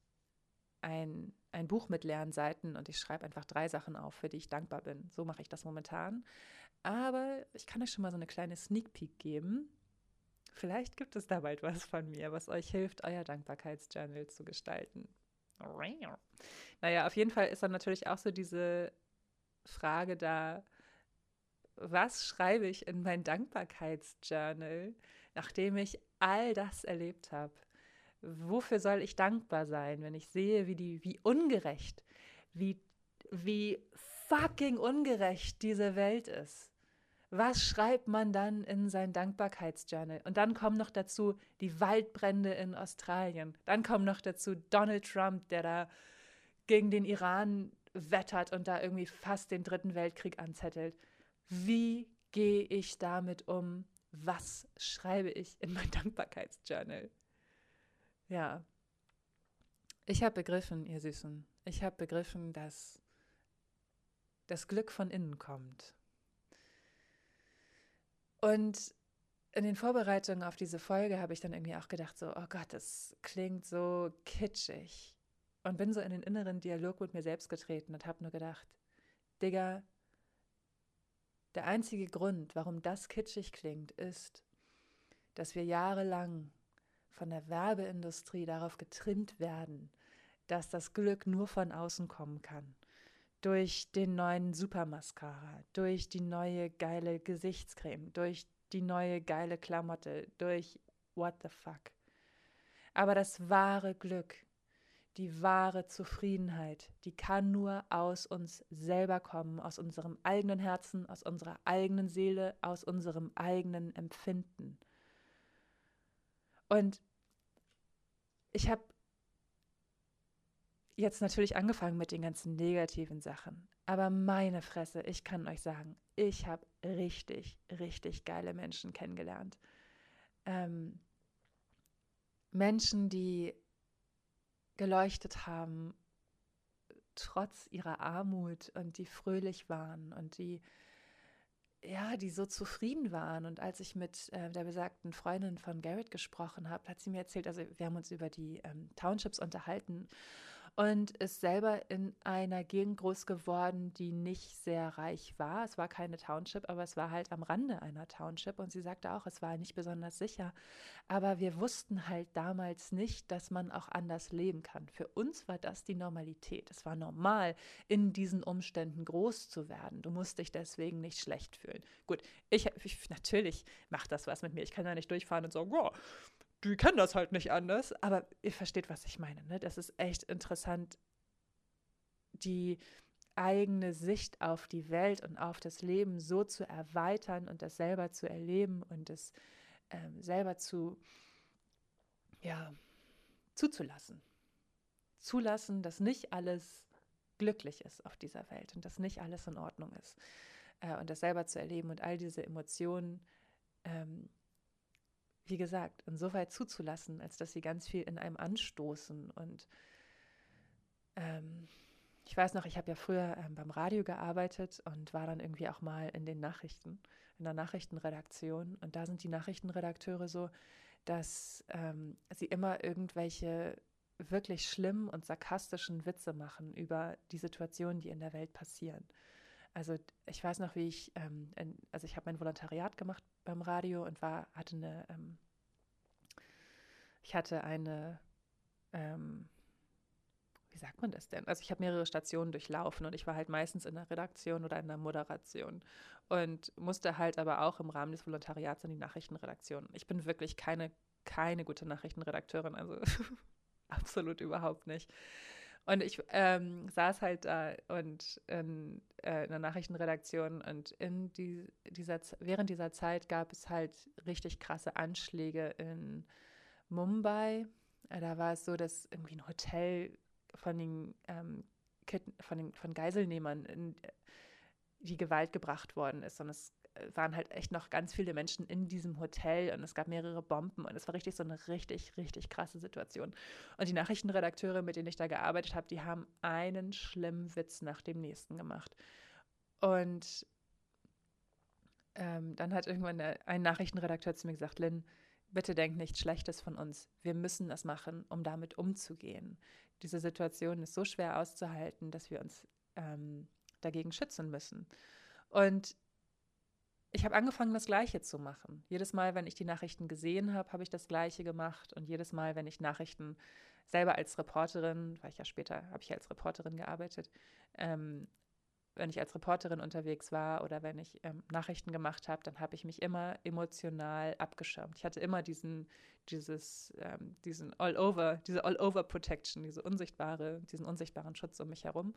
ein Buch mit leeren Seiten und ich schreibe einfach 3 Sachen auf, für die ich dankbar bin. So mache ich das momentan. Aber ich kann euch schon mal so eine kleine Sneak Peek geben. Vielleicht gibt es da bald was von mir, was euch hilft, euer Dankbarkeitsjournal zu gestalten. Naja, auf jeden Fall ist dann natürlich auch so diese Frage da, was schreibe ich in mein Dankbarkeitsjournal, nachdem ich all das erlebt habe? Wofür soll ich dankbar sein, wenn ich sehe, wie ungerecht, wie, wie fucking ungerecht diese Welt ist? Was schreibt man dann in sein Dankbarkeitsjournal? Und dann kommen noch dazu die Waldbrände in Australien. Dann kommt noch dazu Donald Trump, der da gegen den Iran wettert und da irgendwie fast den 3. Weltkrieg anzettelt. Wie gehe ich damit um? Was schreibe ich in mein Dankbarkeitsjournal? Ja, ich habe begriffen, ihr Süßen, ich habe begriffen, dass das Glück von innen kommt. Und in den Vorbereitungen auf diese Folge habe ich dann irgendwie auch gedacht, so, oh Gott, das klingt so kitschig. Und bin so in den inneren Dialog mit mir selbst getreten und habe nur gedacht, Digga, der einzige Grund, warum das kitschig klingt, ist, dass wir jahrelang von der Werbeindustrie darauf getrimmt werden, dass das Glück nur von außen kommen kann. Durch den neuen Supermascara, durch die neue geile Gesichtscreme, durch die neue geile Klamotte, durch what the fuck. Aber das wahre Glück, die wahre Zufriedenheit, die kann nur aus uns selber kommen, aus unserem eigenen Herzen, aus unserer eigenen Seele, aus unserem eigenen Empfinden. Und ich habe jetzt natürlich angefangen mit den ganzen negativen Sachen. Aber meine Fresse, ich kann euch sagen, ich habe richtig, richtig geile Menschen kennengelernt. Menschen, die geleuchtet haben, trotz ihrer Armut und die fröhlich waren und die so zufrieden waren. Und als ich mit der besagten Freundin von Garrett gesprochen habe, hat sie mir erzählt, also wir haben uns über die Townships unterhalten und ist selber in einer Gegend groß geworden, die nicht sehr reich war. Es war keine Township, aber es war halt am Rande einer Township. Und sie sagte auch, es war nicht besonders sicher. Aber wir wussten halt damals nicht, dass man auch anders leben kann. Für uns war das die Normalität. Es war normal, in diesen Umständen groß zu werden. Du musst dich deswegen nicht schlecht fühlen. Gut, ich natürlich macht das was mit mir. Ich kann da nicht durchfahren und sagen, oh, die kennen das halt nicht anders. Aber ihr versteht, was ich meine. Ne? Das ist echt interessant, die eigene Sicht auf die Welt und auf das Leben so zu erweitern und das selber zu erleben und es selber zuzulassen. Zulassen, dass nicht alles glücklich ist auf dieser Welt und dass nicht alles in Ordnung ist. Und das selber zu erleben und all diese Emotionen wie gesagt, insoweit zuzulassen, als dass sie ganz viel in einem anstoßen. Und ich weiß noch, ich habe ja früher beim Radio gearbeitet und war dann irgendwie auch mal in den Nachrichten, in der Nachrichtenredaktion. Und da sind die Nachrichtenredakteure so, dass sie immer irgendwelche wirklich schlimmen und sarkastischen Witze machen über die Situationen, die in der Welt passieren. Also ich weiß noch, wie ich habe mein Volontariat gemacht beim Radio und hatte eine, wie sagt man das denn? Also ich habe mehrere Stationen durchlaufen und ich war halt meistens in der Redaktion oder in der Moderation und musste halt aber auch im Rahmen des Volontariats in die Nachrichtenredaktion. Ich bin wirklich keine gute Nachrichtenredakteurin, also absolut überhaupt nicht. Und ich saß halt da und in der Nachrichtenredaktion und während dieser Zeit gab es halt richtig krasse Anschläge in Mumbai. Da war es so, dass irgendwie ein Hotel von den, von Geiselnehmern in die Gewalt gebracht worden ist. Und es waren halt echt noch ganz viele Menschen in diesem Hotel und es gab mehrere Bomben und es war richtig so eine richtig, richtig krasse Situation. Und die Nachrichtenredakteure, mit denen ich da gearbeitet habe, die haben einen schlimmen Witz nach dem nächsten gemacht. Und dann hat irgendwann ein Nachrichtenredakteur zu mir gesagt, Lynn, bitte denk nichts Schlechtes von uns. Wir müssen das machen, um damit umzugehen. Diese Situation ist so schwer auszuhalten, dass wir uns dagegen schützen müssen. Und ich habe angefangen, das Gleiche zu machen. Jedes Mal, wenn ich die Nachrichten gesehen habe, habe ich das Gleiche gemacht. Und jedes Mal, wenn ich Nachrichten selber als Reporterin, weil ich ja später, habe ich ja als Reporterin gearbeitet, wenn ich als Reporterin unterwegs war oder wenn ich Nachrichten gemacht habe, dann habe ich mich immer emotional abgeschirmt. Ich hatte immer diese All-Over-Protection, diesen unsichtbaren Schutz um mich herum,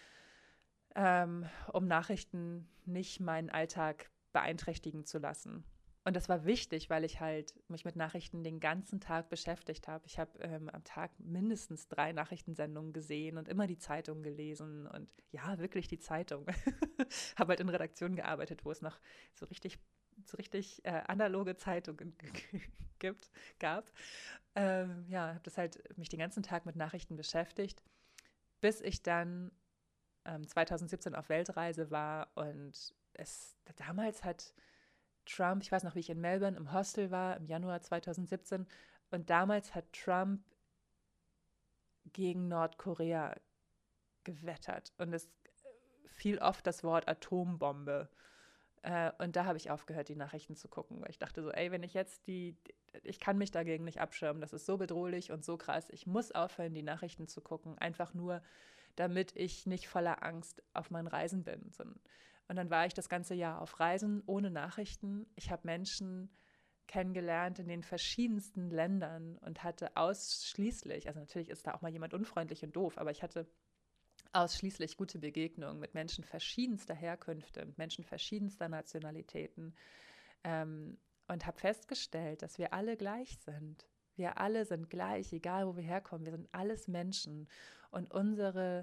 um Nachrichten nicht meinen Alltag beeinträchtigen zu lassen. Und das war wichtig, weil ich halt mich mit Nachrichten den ganzen Tag beschäftigt habe. Ich habe am Tag mindestens 3 Nachrichtensendungen gesehen und immer die Zeitung gelesen und ja, wirklich die Zeitung. Habe halt in Redaktionen gearbeitet, wo es noch so richtig analoge Zeitungen gab. Ja, habe das halt mich den ganzen Tag mit Nachrichten beschäftigt, bis ich dann 2017 auf Weltreise war und damals hat Trump, ich weiß noch, wie ich in Melbourne im Hostel war, im Januar 2017, und damals hat Trump gegen Nordkorea gewettert und es fiel oft das Wort Atombombe. Und da habe ich aufgehört, die Nachrichten zu gucken, weil ich dachte so, ey, wenn ich jetzt ich kann mich dagegen nicht abschirmen, das ist so bedrohlich und so krass, ich muss aufhören, die Nachrichten zu gucken, einfach nur, damit ich nicht voller Angst auf meinen Reisen bin. Und dann war ich das ganze Jahr auf Reisen ohne Nachrichten. Ich habe Menschen kennengelernt in den verschiedensten Ländern und hatte ausschließlich, also natürlich ist da auch mal jemand unfreundlich und doof, aber ich hatte ausschließlich gute Begegnungen mit Menschen verschiedenster Herkünfte, mit Menschen verschiedenster Nationalitäten und habe festgestellt, dass wir alle gleich sind. Wir alle sind gleich, egal wo wir herkommen. Wir sind alles Menschen und unser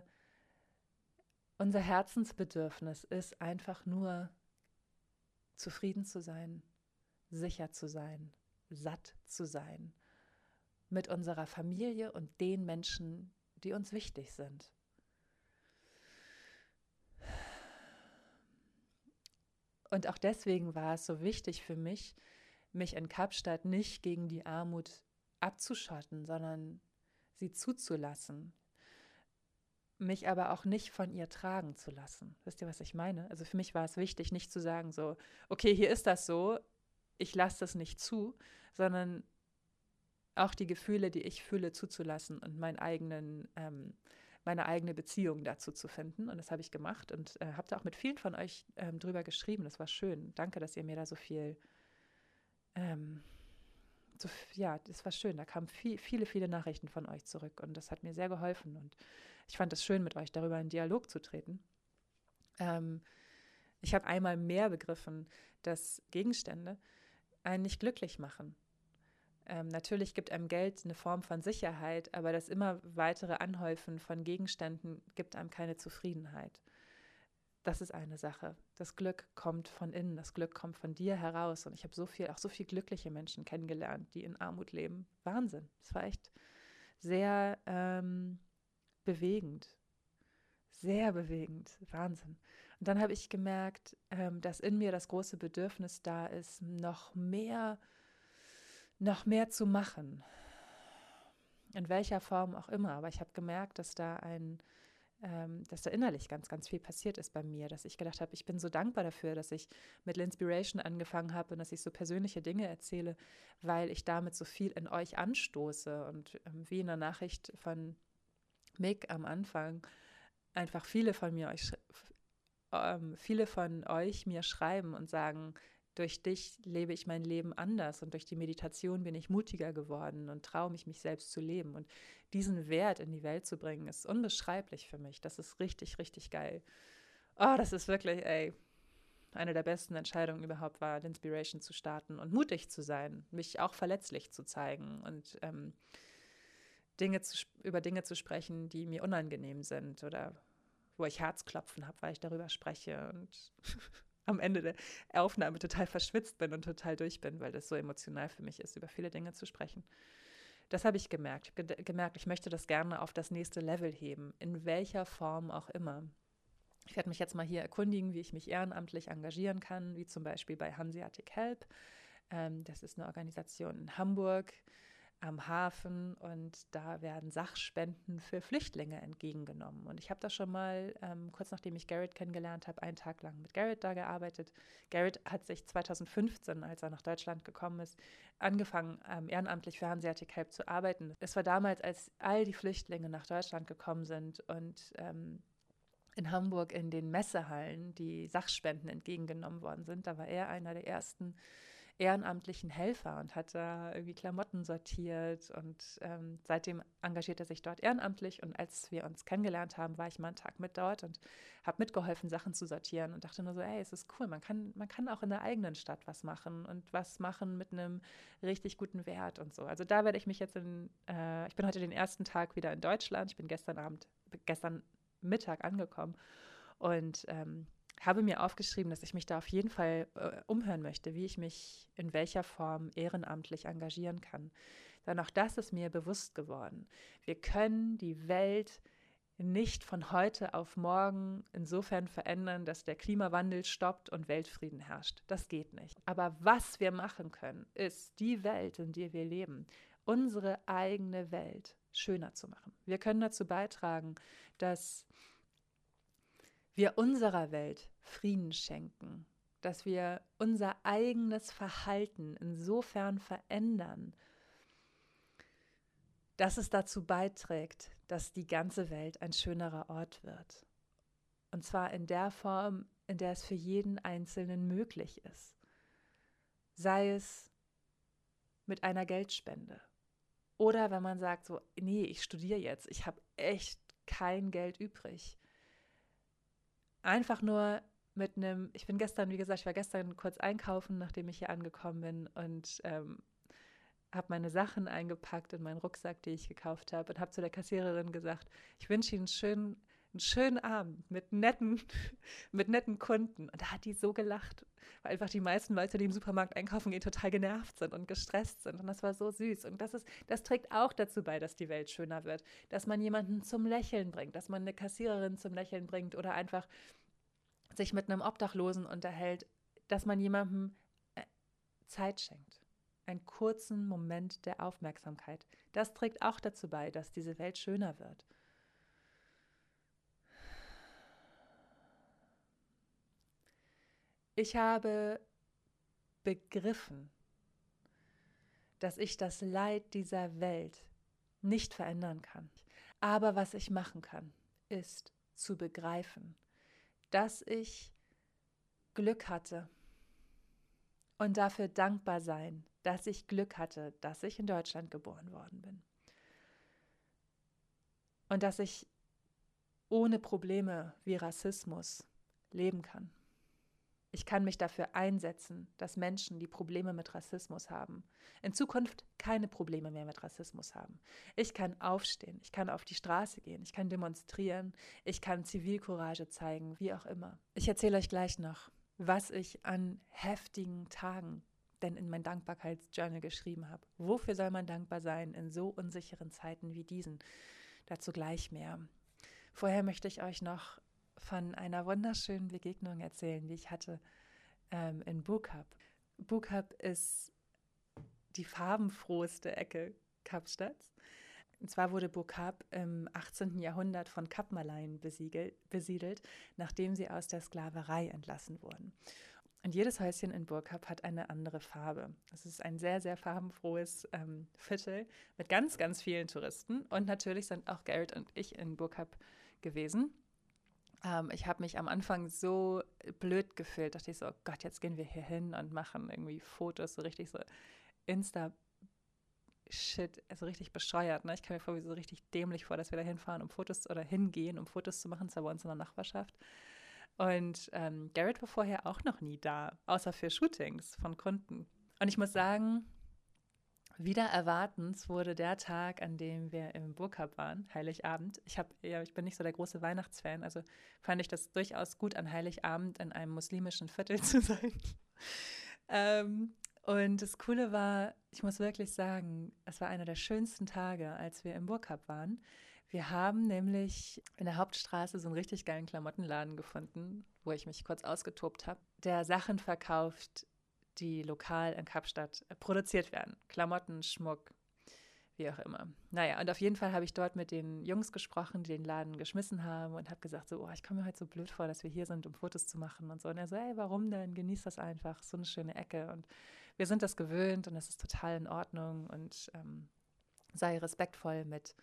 Herzensbedürfnis ist einfach nur, zufrieden zu sein, sicher zu sein, satt zu sein, mit unserer Familie und den Menschen, die uns wichtig sind. Und auch deswegen war es so wichtig für mich in Kapstadt nicht gegen die Armut abzuschotten, sondern sie zuzulassen, mich aber auch nicht von ihr tragen zu lassen. Wisst ihr, was ich meine? Also für mich war es wichtig, nicht zu sagen so, okay, hier ist das so, ich lasse das nicht zu, sondern auch die Gefühle, die ich fühle, zuzulassen und meine eigene Beziehung dazu zu finden. Und das habe ich gemacht und habe da auch mit vielen von euch drüber geschrieben. Das war schön. Danke, dass ihr mir da so viel, ja, das war schön. Da kamen viele, viele Nachrichten von euch zurück und das hat mir sehr geholfen. Und ich fand es schön, mit euch darüber in Dialog zu treten. Ich habe einmal mehr begriffen, dass Gegenstände einen nicht glücklich machen. Natürlich gibt einem Geld eine Form von Sicherheit, aber das immer weitere Anhäufen von Gegenständen gibt einem keine Zufriedenheit. Das ist eine Sache. Das Glück kommt von innen, das Glück kommt von dir heraus. Und ich habe auch so viele glückliche Menschen kennengelernt, die in Armut leben. Wahnsinn. Es war echt sehr bewegend. Sehr bewegend. Wahnsinn. Und dann habe ich gemerkt, dass in mir das große Bedürfnis da ist, noch mehr zu machen. In welcher Form auch immer. Aber ich habe gemerkt, dass da innerlich ganz, ganz viel passiert ist bei mir, dass ich gedacht habe, ich bin so dankbar dafür, dass ich mit L'Inspiration angefangen habe und dass ich so persönliche Dinge erzähle, weil ich damit so viel in euch anstoße und wie in der Nachricht von Mick am Anfang einfach viele von euch mir schreiben und sagen, Durch dich lebe ich mein Leben anders und durch die Meditation bin ich mutiger geworden und traue mich selbst zu leben. Und diesen Wert in die Welt zu bringen, ist unbeschreiblich für mich. Das ist richtig, richtig geil. Oh, das ist wirklich, eine der besten Entscheidungen überhaupt war, Linspiration zu starten und mutig zu sein, mich auch verletzlich zu zeigen und über Dinge zu sprechen, die mir unangenehm sind oder wo ich Herzklopfen habe, weil ich darüber spreche und am Ende der Aufnahme total verschwitzt bin und total durch bin, weil das so emotional für mich ist, über viele Dinge zu sprechen. Das habe ich gemerkt. Ich habe gemerkt, ich möchte das gerne auf das nächste Level heben, in welcher Form auch immer. Ich werde mich jetzt mal hier erkundigen, wie ich mich ehrenamtlich engagieren kann, wie zum Beispiel bei Hanseatic Help. Das ist eine Organisation in Hamburg am Hafen und da werden Sachspenden für Flüchtlinge entgegengenommen. Und ich habe da schon mal, kurz nachdem ich Garrett kennengelernt habe, einen Tag lang mit Garrett da gearbeitet. Garrett hat sich 2015, als er nach Deutschland gekommen ist, angefangen, ehrenamtlich für Hanseatic Help zu arbeiten. Es war damals, als all die Flüchtlinge nach Deutschland gekommen sind und in Hamburg in den Messehallen die Sachspenden entgegengenommen worden sind. Da war er einer der ersten ehrenamtlichen Helfer und hat da irgendwie Klamotten sortiert und seitdem engagiert er sich dort ehrenamtlich und als wir uns kennengelernt haben, war ich mal einen Tag mit dort und habe mitgeholfen, Sachen zu sortieren und dachte nur so, es ist cool, man kann auch in der eigenen Stadt was machen und was machen mit einem richtig guten Wert und so. Also da werde ich mich jetzt ich bin heute den ersten Tag wieder in Deutschland, ich bin gestern Mittag angekommen und habe mir aufgeschrieben, dass ich mich da auf jeden Fall umhören möchte, wie ich mich in welcher Form ehrenamtlich engagieren kann. Denn auch das ist mir bewusst geworden. Wir können die Welt nicht von heute auf morgen insofern verändern, dass der Klimawandel stoppt und Weltfrieden herrscht. Das geht nicht. Aber was wir machen können, ist die Welt, in der wir leben, unsere eigene Welt schöner zu machen. Wir können dazu beitragen, dass wir unserer Welt Frieden schenken, dass wir unser eigenes Verhalten insofern verändern, dass es dazu beiträgt, dass die ganze Welt ein schönerer Ort wird. Und zwar in der Form, in der es für jeden Einzelnen möglich ist. Sei es mit einer Geldspende. Oder wenn man sagt so, nee, ich studiere jetzt, ich habe echt kein Geld übrig. Einfach nur mit einem, ich war gestern kurz einkaufen, nachdem ich hier angekommen bin und habe meine Sachen eingepackt in meinen Rucksack, den ich gekauft habe und habe zu der Kassiererin gesagt, ich wünsche Ihnen einen schönen Abend mit netten Kunden. Und da hat die so gelacht, weil einfach die meisten Leute, die im Supermarkt einkaufen gehen, total genervt sind und gestresst sind. Und das war so süß. Und das trägt auch dazu bei, dass die Welt schöner wird. Dass man jemanden zum Lächeln bringt, dass man eine Kassiererin zum Lächeln bringt oder einfach sich mit einem Obdachlosen unterhält, dass man jemandem Zeit schenkt. Einen kurzen Moment der Aufmerksamkeit. Das trägt auch dazu bei, dass diese Welt schöner wird. Ich habe begriffen, dass ich das Leid dieser Welt nicht verändern kann. Aber was ich machen kann, ist zu begreifen, dass ich Glück hatte und dafür dankbar sein, dass ich Glück hatte, dass ich in Deutschland geboren worden bin. Und dass ich ohne Probleme wie Rassismus leben kann. Ich kann mich dafür einsetzen, dass Menschen, die Probleme mit Rassismus haben, in Zukunft keine Probleme mehr mit Rassismus haben. Ich kann aufstehen, ich kann auf die Straße gehen, ich kann demonstrieren, ich kann Zivilcourage zeigen, wie auch immer. Ich erzähle euch gleich noch, was ich an heftigen Tagen denn in mein Dankbarkeitsjournal geschrieben habe. Wofür soll man dankbar sein in so unsicheren Zeiten wie diesen? Dazu gleich mehr. Vorher möchte ich euch noch von einer wunderschönen Begegnung erzählen, die ich hatte in Burgkap. Burgkap ist die farbenfroheste Ecke Kapstadts. Und zwar wurde Burgkap im 18. Jahrhundert von Kapmaleien besiedelt, nachdem sie aus der Sklaverei entlassen wurden. Und jedes Häuschen in Burgkap hat eine andere Farbe. Es ist ein sehr, sehr farbenfrohes Viertel mit ganz, ganz vielen Touristen. Und natürlich sind auch Garrett und ich in Burgkap gewesen. Ich habe mich am Anfang so blöd gefühlt, dachte ich so, oh Gott, jetzt gehen wir hier hin und machen irgendwie Fotos, so richtig so Insta-Shit, also richtig bescheuert. Ne? Ich kam mir vor, wie so richtig dämlich vor, dass wir da hinfahren, um Fotos oder hingehen, um Fotos zu machen, zwar bei uns in der Nachbarschaft. Und Garrett war vorher auch noch nie da, außer für Shootings von Kunden. Und ich muss sagen, wieder erwartens wurde der Tag, an dem wir im Burgcup waren, Heiligabend. Ich bin nicht so der große Weihnachtsfan, also fand ich das durchaus gut, an Heiligabend in einem muslimischen Viertel zu sein. Und das Coole war, ich muss wirklich sagen, es war einer der schönsten Tage, als wir im Burgcup waren. Wir haben nämlich in der Hauptstraße so einen richtig geilen Klamottenladen gefunden, wo ich mich kurz ausgetobt habe, der Sachen verkauft, die lokal in Kapstadt produziert werden. Klamotten, Schmuck, wie auch immer. Naja, und auf jeden Fall habe ich dort mit den Jungs gesprochen, die den Laden geschmissen haben und habe gesagt so, oh, ich komme mir heute so blöd vor, dass wir hier sind, um Fotos zu machen und so. Und er so, ey, warum denn? Genieß das einfach, so eine schöne Ecke. Und wir sind das gewöhnt und das ist total in Ordnung und sei respektvoll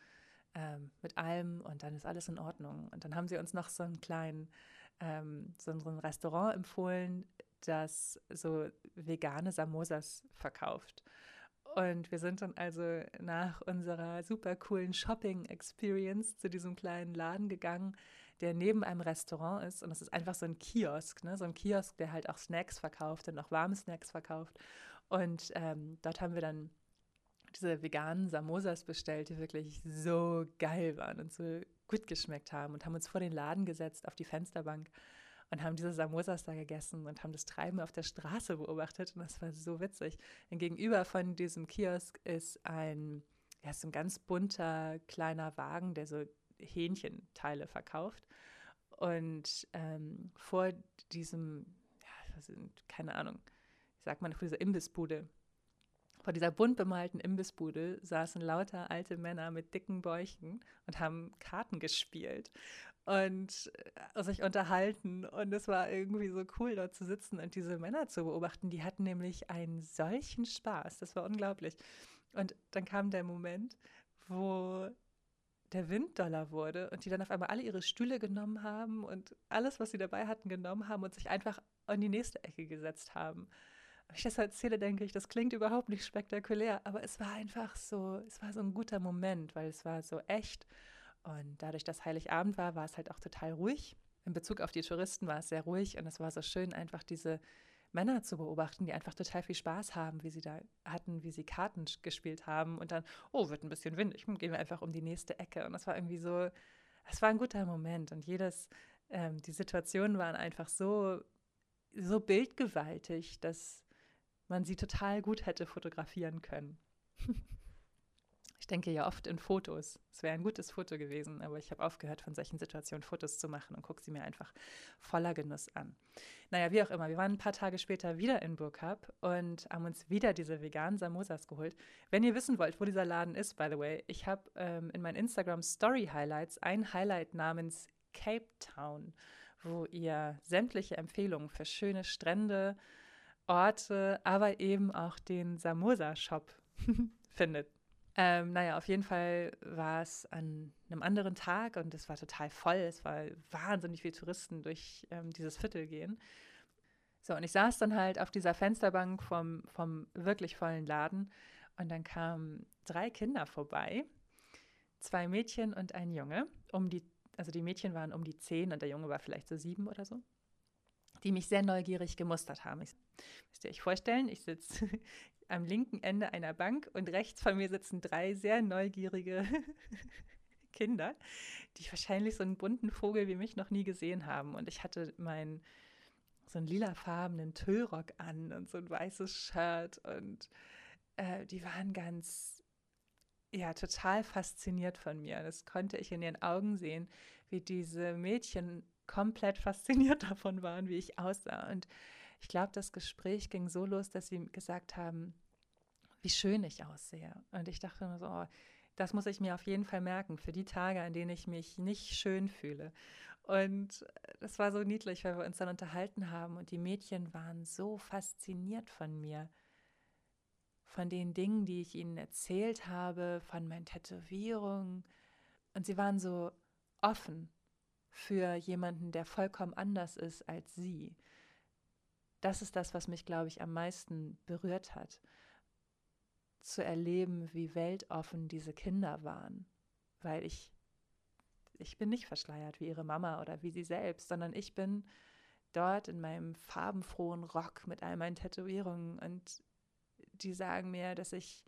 mit allem und dann ist alles in Ordnung. Und dann haben sie uns noch so einen kleinen, so ein Restaurant empfohlen, das so vegane Samosas verkauft. Und wir sind dann also nach unserer super coolen Shopping-Experience zu diesem kleinen Laden gegangen, der neben einem Restaurant ist. Und es ist einfach so ein Kiosk, ne? So ein Kiosk, der halt auch Snacks verkauft und auch warme Snacks verkauft. Und dort haben wir dann diese veganen Samosas bestellt, die wirklich so geil waren und so gut geschmeckt haben und haben uns vor den Laden gesetzt auf die Fensterbank und haben diese Samosas da gegessen und haben das Treiben auf der Straße beobachtet und das war so witzig. Denn gegenüber von diesem Kiosk ist so ein ganz bunter kleiner Wagen, der so Hähnchenteile verkauft und vor diesem, keine Ahnung, wie sagt man, vor dieser Imbissbude, vor dieser bunt bemalten Imbissbude saßen lauter alte Männer mit dicken Bäuchen und haben Karten gespielt und sich unterhalten. Und es war irgendwie so cool, dort zu sitzen und diese Männer zu beobachten. Die hatten nämlich einen solchen Spaß. Das war unglaublich. Und dann kam der Moment, wo der Wind doller wurde und die dann auf einmal alle ihre Stühle genommen haben und alles, was sie dabei hatten, genommen haben und sich einfach an die nächste Ecke gesetzt haben. Wenn ich das erzähle, denke ich, das klingt überhaupt nicht spektakulär, aber es war einfach so, es war so ein guter Moment, weil es war so echt. Und dadurch, dass Heiligabend war, war es halt auch total ruhig. In Bezug auf die Touristen war es sehr ruhig und es war so schön, einfach diese Männer zu beobachten, die einfach total viel Spaß haben, wie sie da hatten, wie sie Karten gespielt haben und dann, oh, wird ein bisschen windig, gehen wir einfach um die nächste Ecke. Und das war irgendwie so, es war ein guter Moment und die Situationen waren einfach so bildgewaltig, dass man sie total gut hätte fotografieren können. Ich denke ja oft in Fotos. Es wäre ein gutes Foto gewesen, aber ich habe aufgehört, von solchen Situationen Fotos zu machen und gucke sie mir einfach voller Genuss an. Naja, wie auch immer, wir waren ein paar Tage später wieder in Burgcup und haben uns wieder diese veganen Samosas geholt. Wenn ihr wissen wollt, wo dieser Laden ist, by the way, ich habe in meinen Instagram Story Highlights ein Highlight namens Cape Town, wo ihr sämtliche Empfehlungen für schöne Strände, Orte, aber eben auch den Samosa-Shop findet. Naja, auf jeden Fall war es an einem anderen Tag und es war total voll. Es war wahnsinnig viele Touristen durch dieses Viertel gehen. So, und ich saß dann halt auf dieser Fensterbank vom wirklich vollen Laden und dann kamen 3 Kinder vorbei, 2 Mädchen und ein Junge. Also die Mädchen waren um die 10 und der Junge war vielleicht so 7 oder so, die mich sehr neugierig gemustert haben. Müsst ihr euch vorstellen, ich sitze am linken Ende einer Bank und rechts von mir sitzen 3 sehr neugierige Kinder, die wahrscheinlich so einen bunten Vogel wie mich noch nie gesehen haben. Und ich hatte so einen lilafarbenen Tüllrock an und so ein weißes Shirt und die waren total fasziniert von mir. Das konnte ich in ihren Augen sehen, wie diese Mädchen komplett fasziniert davon waren, wie ich aussah. Und ich glaube, das Gespräch ging so los, dass sie gesagt haben, wie schön ich aussehe. Und ich dachte mir so, oh, das muss ich mir auf jeden Fall merken für die Tage, an denen ich mich nicht schön fühle. Und das war so niedlich, weil wir uns dann unterhalten haben und die Mädchen waren so fasziniert von mir, von den Dingen, die ich ihnen erzählt habe, von meinen Tätowierungen. Und sie waren so offen für jemanden, der vollkommen anders ist als sie. Das ist das, was mich, glaube ich, am meisten berührt hat. Zu erleben, wie weltoffen diese Kinder waren. Weil ich bin nicht verschleiert wie ihre Mama oder wie sie selbst, sondern ich bin dort in meinem farbenfrohen Rock mit all meinen Tätowierungen und die sagen mir, dass ich,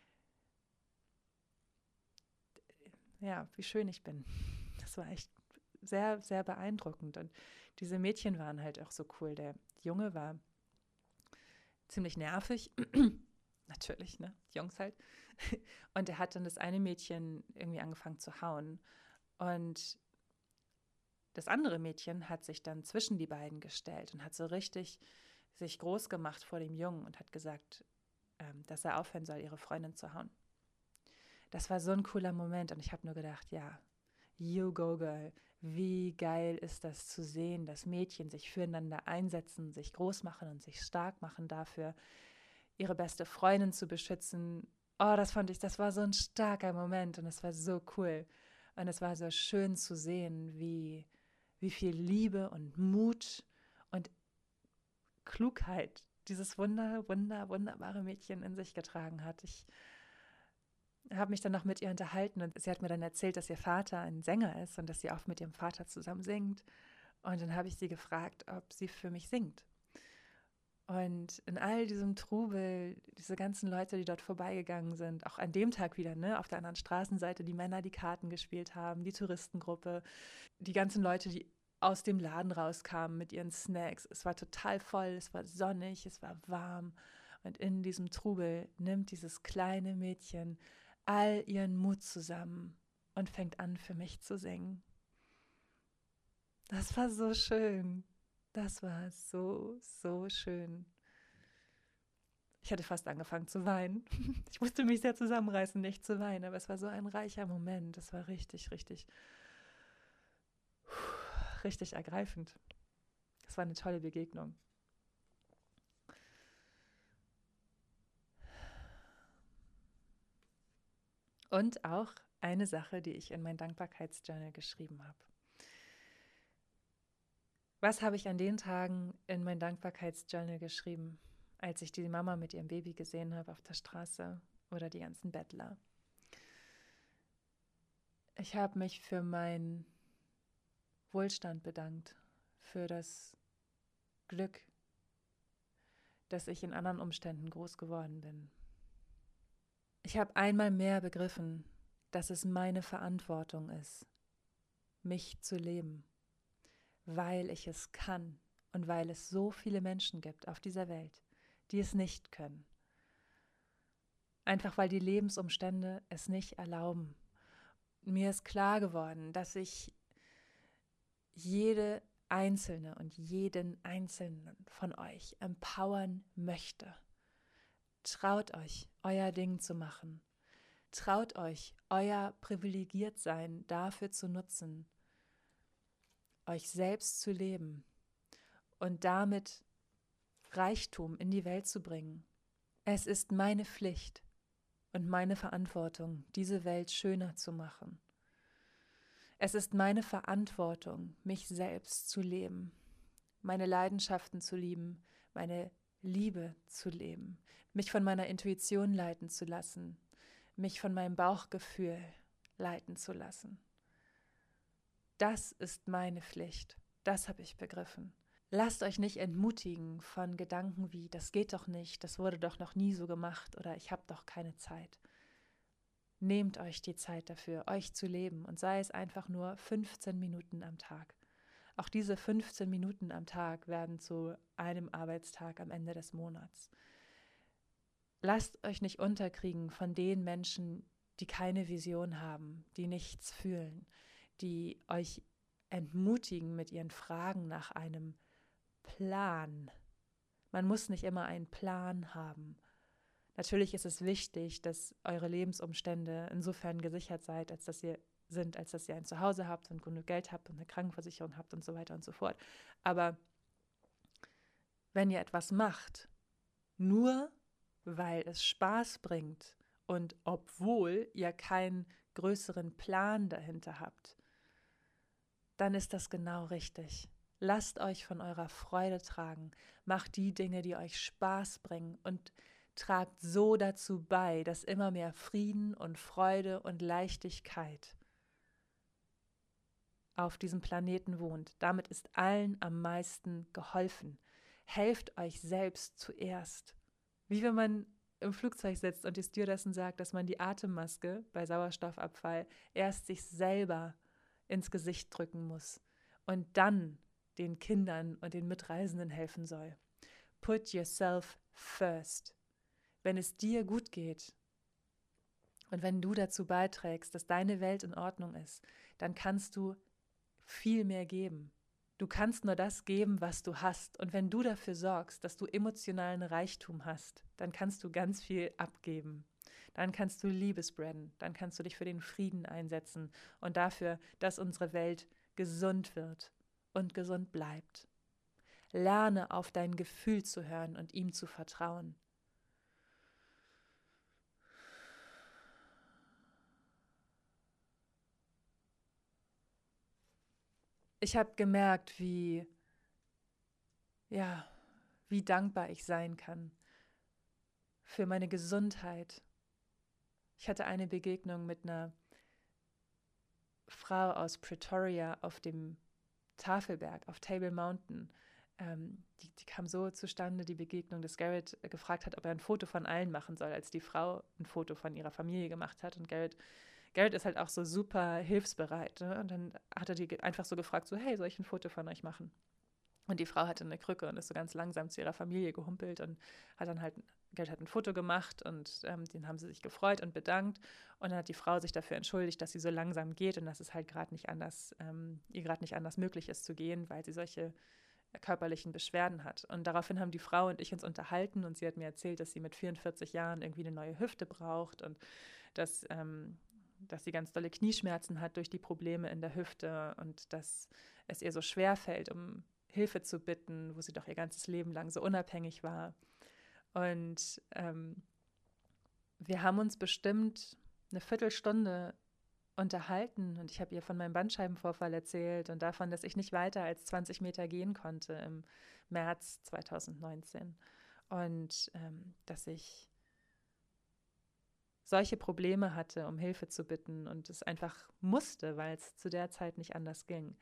ja, wie schön ich bin. Das war echt sehr, sehr beeindruckend und diese Mädchen waren halt auch so cool. Der Junge war ziemlich nervig, natürlich, ne, Jungs halt. Und er hat dann das eine Mädchen irgendwie angefangen zu hauen und das andere Mädchen hat sich dann zwischen die beiden gestellt und hat so richtig sich groß gemacht vor dem Jungen und hat gesagt, dass er aufhören soll, ihre Freundin zu hauen. Das war so ein cooler Moment und ich habe nur gedacht, ja, you go girl, wie geil ist das zu sehen, dass Mädchen sich füreinander einsetzen, sich groß machen und sich stark machen dafür, ihre beste Freundin zu beschützen. Oh, das fand ich, das war so ein starker Moment und es war so cool. Und es war so schön zu sehen, wie viel Liebe und Mut und Klugheit dieses wunderbare Mädchen in sich getragen hat. Ich habe mich dann noch mit ihr unterhalten und sie hat mir dann erzählt, dass ihr Vater ein Sänger ist und dass sie oft mit ihrem Vater zusammen singt. Und dann habe ich sie gefragt, ob sie für mich singt. Und in all diesem Trubel, diese ganzen Leute, die dort vorbeigegangen sind, auch an dem Tag wieder, ne, auf der anderen Straßenseite, die Männer, die Karten gespielt haben, die Touristengruppe, die ganzen Leute, die aus dem Laden rauskamen mit ihren Snacks. Es war total voll, es war sonnig, es war warm. Und in diesem Trubel nimmt dieses kleine Mädchen all ihren Mut zusammen und fängt an, für mich zu singen. Das war so schön. Das war so, so schön. Ich hatte fast angefangen zu weinen. Ich musste mich sehr zusammenreißen, nicht zu weinen, aber es war so ein reicher Moment. Es war richtig, richtig, richtig ergreifend. Es war eine tolle Begegnung. Und auch eine Sache, die ich in mein Dankbarkeitsjournal geschrieben habe. Was habe ich an den Tagen in mein Dankbarkeitsjournal geschrieben, als ich die Mama mit ihrem Baby gesehen habe auf der Straße oder die ganzen Bettler? Ich habe mich für meinen Wohlstand bedankt, für das Glück, dass ich in anderen Umständen groß geworden bin. Ich habe einmal mehr begriffen, dass es meine Verantwortung ist, mich zu leben, weil ich es kann und weil es so viele Menschen gibt auf dieser Welt, die es nicht können. Einfach weil die Lebensumstände es nicht erlauben. Mir ist klar geworden, dass ich jede Einzelne und jeden Einzelnen von euch empowern möchte. Traut euch, euer Ding zu machen. Traut euch, euer Privilegiertsein dafür zu nutzen, euch selbst zu leben und damit Reichtum in die Welt zu bringen. Es ist meine Pflicht und meine Verantwortung, diese Welt schöner zu machen. Es ist meine Verantwortung, mich selbst zu leben, meine Leidenschaften zu lieben, meine Liebe zu leben, mich von meiner Intuition leiten zu lassen, mich von meinem Bauchgefühl leiten zu lassen. Das ist meine Pflicht, das habe ich begriffen. Lasst euch nicht entmutigen von Gedanken wie, das geht doch nicht, das wurde doch noch nie so gemacht oder ich habe doch keine Zeit. Nehmt euch die Zeit dafür, euch zu leben und sei es einfach nur 15 Minuten am Tag. Auch diese 15 Minuten am Tag werden zu einem Arbeitstag am Ende des Monats. Lasst euch nicht unterkriegen von den Menschen, die keine Vision haben, die nichts fühlen, die euch entmutigen mit ihren Fragen nach einem Plan. Man muss nicht immer einen Plan haben. Natürlich ist es wichtig, dass eure Lebensumstände insofern gesichert seid, als dass ihr ein Zuhause habt und genug Geld habt und eine Krankenversicherung habt und so weiter und so fort. Aber wenn ihr etwas macht, nur weil es Spaß bringt und obwohl ihr keinen größeren Plan dahinter habt, dann ist das genau richtig. Lasst euch von eurer Freude tragen, macht die Dinge, die euch Spaß bringen und tragt so dazu bei, dass immer mehr Frieden und Freude und Leichtigkeit auf diesem Planeten wohnt. Damit ist allen am meisten geholfen. Helft euch selbst zuerst. Wie wenn man im Flugzeug sitzt und die Stewardessen sagt, dass man die Atemmaske bei Sauerstoffabfall erst sich selber ins Gesicht drücken muss und dann den Kindern und den Mitreisenden helfen soll. Put yourself first. Wenn es dir gut geht und wenn du dazu beiträgst, dass deine Welt in Ordnung ist, dann kannst du viel mehr geben. Du kannst nur das geben, was du hast. Und wenn du dafür sorgst, dass du emotionalen Reichtum hast, dann kannst du ganz viel abgeben. Dann kannst du Liebe spreaden. Dann kannst du dich für den Frieden einsetzen und dafür, dass unsere Welt gesund wird und gesund bleibt. Lerne auf dein Gefühl zu hören und ihm zu vertrauen. Ich habe gemerkt, wie dankbar ich sein kann für meine Gesundheit. Ich hatte eine Begegnung mit einer Frau aus Pretoria auf dem Tafelberg, auf Table Mountain. Die kam so zustande, die Begegnung, dass Garrett gefragt hat, ob er ein Foto von allen machen soll, als die Frau ein Foto von ihrer Familie gemacht hat. Und Garrett ist halt auch so super hilfsbereit. Ne? Und dann hat er die einfach so gefragt, so, hey, soll ich ein Foto von euch machen? Und die Frau hatte eine Krücke und ist so ganz langsam zu ihrer Familie gehumpelt und hat dann halt, Gerd hat ein Foto gemacht und den haben sie sich gefreut und bedankt. Und dann hat die Frau sich dafür entschuldigt, dass sie so langsam geht und dass es halt gerade nicht anders, ihr gerade nicht anders möglich ist zu gehen, weil sie solche körperlichen Beschwerden hat. Und daraufhin haben die Frau und ich uns unterhalten und sie hat mir erzählt, dass sie mit 44 Jahren irgendwie eine neue Hüfte braucht und dass sie ganz dolle Knieschmerzen hat durch die Probleme in der Hüfte und dass es ihr so schwer fällt, um Hilfe zu bitten, wo sie doch ihr ganzes Leben lang so unabhängig war. Und wir haben uns bestimmt eine Viertelstunde unterhalten und ich habe ihr von meinem Bandscheibenvorfall erzählt und davon, dass ich nicht weiter als 20 Meter gehen konnte im März 2019 und dass ich solche Probleme hatte, um Hilfe zu bitten und es einfach musste, weil es zu der Zeit nicht anders ging.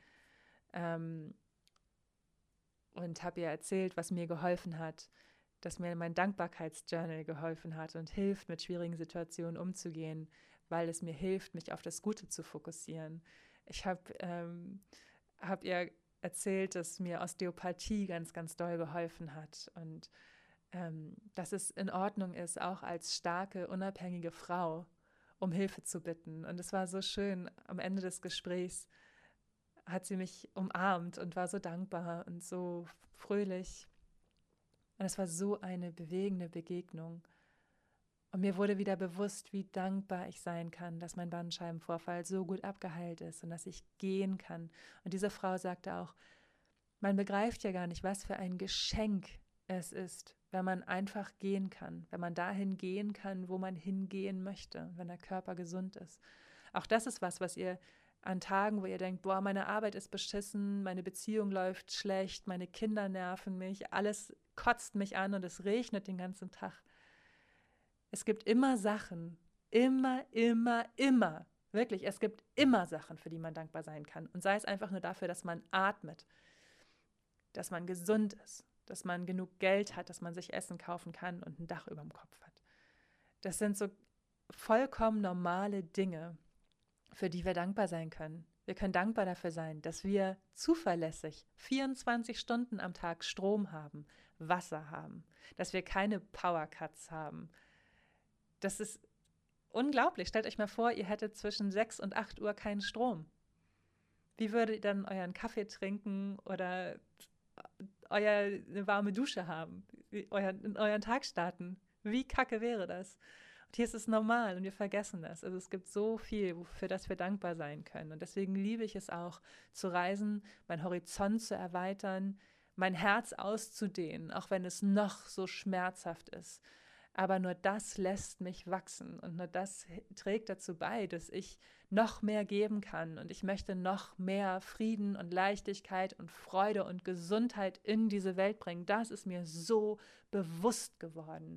Und habe ihr erzählt, was mir geholfen hat, dass mir mein Dankbarkeitsjournal geholfen hat und hilft, mit schwierigen Situationen umzugehen, weil es mir hilft, mich auf das Gute zu fokussieren. Ich hab ihr erzählt, dass mir Osteopathie ganz, ganz doll geholfen hat und dass es in Ordnung ist, auch als starke, unabhängige Frau um Hilfe zu bitten. Und es war so schön, am Ende des Gesprächs hat sie mich umarmt und war so dankbar und so fröhlich. Und es war so eine bewegende Begegnung. Und mir wurde wieder bewusst, wie dankbar ich sein kann, dass mein Bandscheibenvorfall so gut abgeheilt ist und dass ich gehen kann. Und diese Frau sagte auch, man begreift ja gar nicht, was für ein Geschenk es ist, wenn man einfach gehen kann, wenn man dahin gehen kann, wo man hingehen möchte, wenn der Körper gesund ist. Auch das ist was ihr an Tagen, wo ihr denkt, boah, meine Arbeit ist beschissen, meine Beziehung läuft schlecht, meine Kinder nerven mich, alles kotzt mich an und es regnet den ganzen Tag. Es gibt immer Sachen, immer, wirklich, es gibt immer Sachen, für die man dankbar sein kann. Und sei es einfach nur dafür, dass man atmet, dass man gesund ist, dass man genug Geld hat, dass man sich Essen kaufen kann und ein Dach über dem Kopf hat. Das sind so vollkommen normale Dinge, für die wir dankbar sein können. Wir können dankbar dafür sein, dass wir zuverlässig 24 Stunden am Tag Strom haben, Wasser haben, dass wir keine Powercuts haben. Das ist unglaublich. Stellt euch mal vor, ihr hättet zwischen 6 und 8 Uhr keinen Strom. Wie würdet ihr dann euren Kaffee trinken oder eine warme Dusche haben, euren Tag starten? Wie kacke wäre das? Und hier ist es normal und wir vergessen das. Also es gibt so viel, für das wir dankbar sein können. Und deswegen liebe ich es auch, zu reisen, meinen Horizont zu erweitern, mein Herz auszudehnen, auch wenn es noch so schmerzhaft ist. Aber nur das lässt mich wachsen und nur das trägt dazu bei, dass ich noch mehr geben kann. Und ich möchte noch mehr Frieden und Leichtigkeit und Freude und Gesundheit in diese Welt bringen. Das ist mir so bewusst geworden.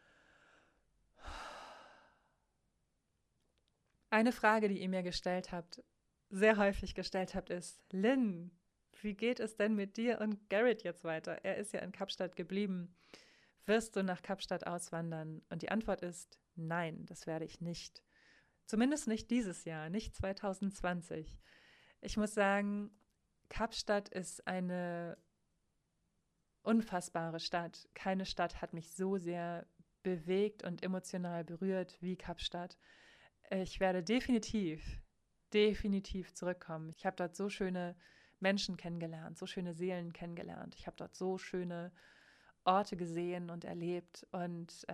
Eine Frage, die ihr mir gestellt habt, sehr häufig gestellt habt, ist: Lynn, wie geht es denn mit dir und Garrett jetzt weiter? Er ist ja in Kapstadt geblieben. Wirst du nach Kapstadt auswandern? Und die Antwort ist: Nein, das werde ich nicht. Zumindest nicht dieses Jahr, nicht 2020. Ich muss sagen, Kapstadt ist eine unfassbare Stadt. Keine Stadt hat mich so sehr bewegt und emotional berührt wie Kapstadt. Ich werde definitiv zurückkommen. Ich habe dort so schöne Menschen kennengelernt, so schöne Seelen kennengelernt. Ich habe dort so schöne Orte gesehen und erlebt und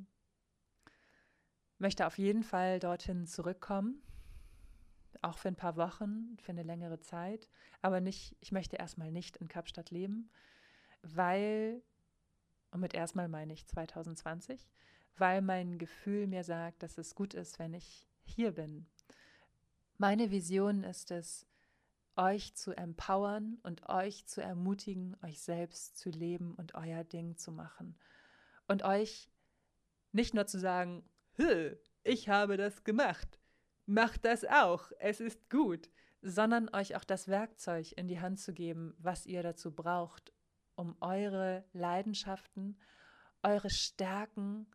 möchte auf jeden Fall dorthin zurückkommen, auch für ein paar Wochen, für eine längere Zeit. Aber nicht, ich möchte erstmal nicht in Kapstadt leben, weil, und mit erstmal meine ich 2020, weil mein Gefühl mir sagt, dass es gut ist, wenn ich hier bin. Meine Vision ist es, euch zu empowern und euch zu ermutigen, euch selbst zu leben und euer Ding zu machen. Und euch nicht nur zu sagen: Ich habe das gemacht, macht das auch, es ist gut, sondern euch auch das Werkzeug in die Hand zu geben, was ihr dazu braucht, um eure Leidenschaften, eure Stärken,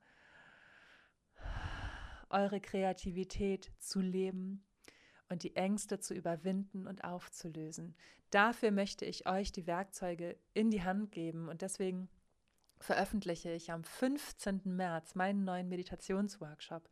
eure Kreativität zu leben und die Ängste zu überwinden und aufzulösen. Dafür möchte ich euch die Werkzeuge in die Hand geben und deswegen veröffentliche ich am 15. März meinen neuen Meditationsworkshop,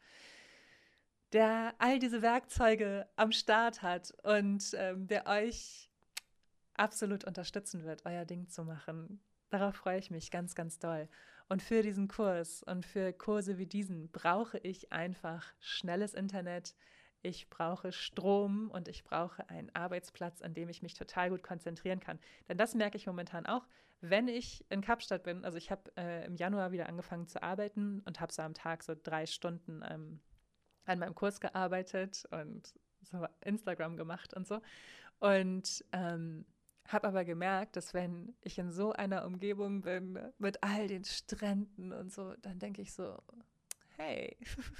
der all diese Werkzeuge am Start hat und der euch absolut unterstützen wird, euer Ding zu machen. Darauf freue ich mich ganz, ganz doll. Und für diesen Kurs und für Kurse wie diesen brauche ich einfach schnelles Internet. Ich brauche Strom und ich brauche einen Arbeitsplatz, an dem ich mich total gut konzentrieren kann. Denn das merke ich momentan auch, wenn ich in Kapstadt bin. Also ich habe im Januar wieder angefangen zu arbeiten und habe so am Tag so 3 Stunden an meinem Kurs gearbeitet und so Instagram gemacht und so. Und habe aber gemerkt, dass wenn ich in so einer Umgebung bin, mit all den Stränden und so, dann denke ich so: Hey,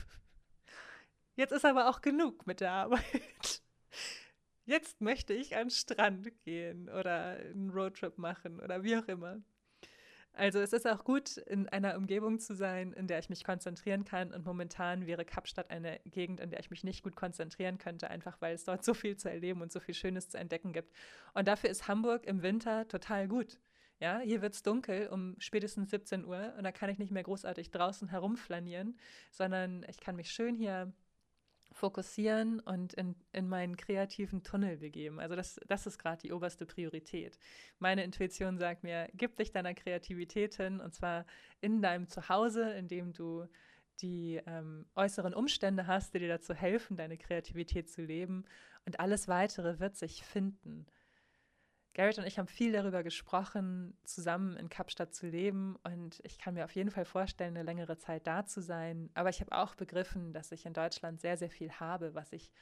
jetzt ist aber auch genug mit der Arbeit. Jetzt möchte ich an den Strand gehen oder einen Roadtrip machen oder wie auch immer. Also es ist auch gut, in einer Umgebung zu sein, in der ich mich konzentrieren kann. Und momentan wäre Kapstadt eine Gegend, in der ich mich nicht gut konzentrieren könnte, einfach weil es dort so viel zu erleben und so viel Schönes zu entdecken gibt. Und dafür ist Hamburg im Winter total gut. Ja, hier wird es dunkel um spätestens 17 Uhr und da kann ich nicht mehr großartig draußen herumflanieren, sondern ich kann mich schön hier fokussieren und in meinen kreativen Tunnel begeben. Also das ist gerade die oberste Priorität. Meine Intuition sagt mir: Gib dich deiner Kreativität hin, und zwar in deinem Zuhause, in dem du die äußeren Umstände hast, die dir dazu helfen, deine Kreativität zu leben, und alles Weitere wird sich finden. Garrett und ich haben viel darüber gesprochen, zusammen in Kapstadt zu leben, und ich kann mir auf jeden Fall vorstellen, eine längere Zeit da zu sein. Aber ich habe auch begriffen, dass ich in Deutschland sehr, sehr viel habe, was ich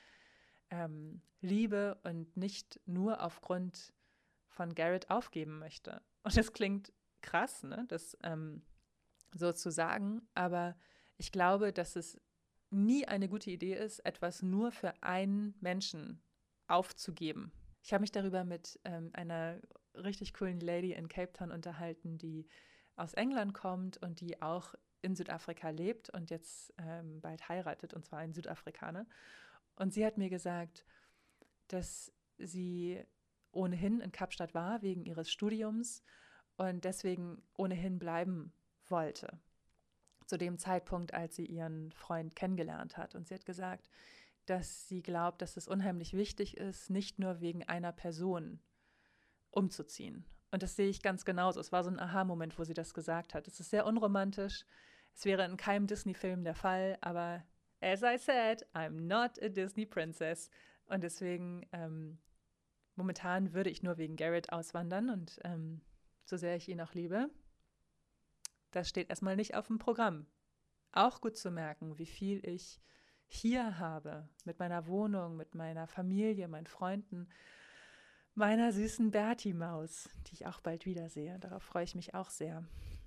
liebe und nicht nur aufgrund von Garrett aufgeben möchte. Und das klingt krass, ne, das so zu sagen, aber ich glaube, dass es nie eine gute Idee ist, etwas nur für einen Menschen aufzugeben. Ich habe mich darüber mit einer richtig coolen Lady in Cape Town unterhalten, die aus England kommt und die auch in Südafrika lebt und jetzt bald heiratet, und zwar einen Südafrikaner. Und sie hat mir gesagt, dass sie ohnehin in Kapstadt war wegen ihres Studiums und deswegen ohnehin bleiben wollte, zu dem Zeitpunkt, als sie ihren Freund kennengelernt hat. Und sie hat gesagt, dass sie glaubt, dass es unheimlich wichtig ist, nicht nur wegen einer Person umzuziehen. Und das sehe ich ganz genauso. Es war so ein Aha-Moment, wo sie das gesagt hat. Es ist sehr unromantisch. Es wäre in keinem Disney-Film der Fall, aber as I said, I'm not a Disney princess. Und deswegen, momentan würde ich nur wegen Garrett auswandern und so sehr ich ihn auch liebe, das steht erstmal nicht auf dem Programm. auch gut zu merken, wie viel ich hier habe, mit meiner Wohnung, mit meiner Familie, meinen Freunden, meiner süßen Berti-Maus, die ich auch bald wiedersehe. Darauf freue ich mich auch sehr.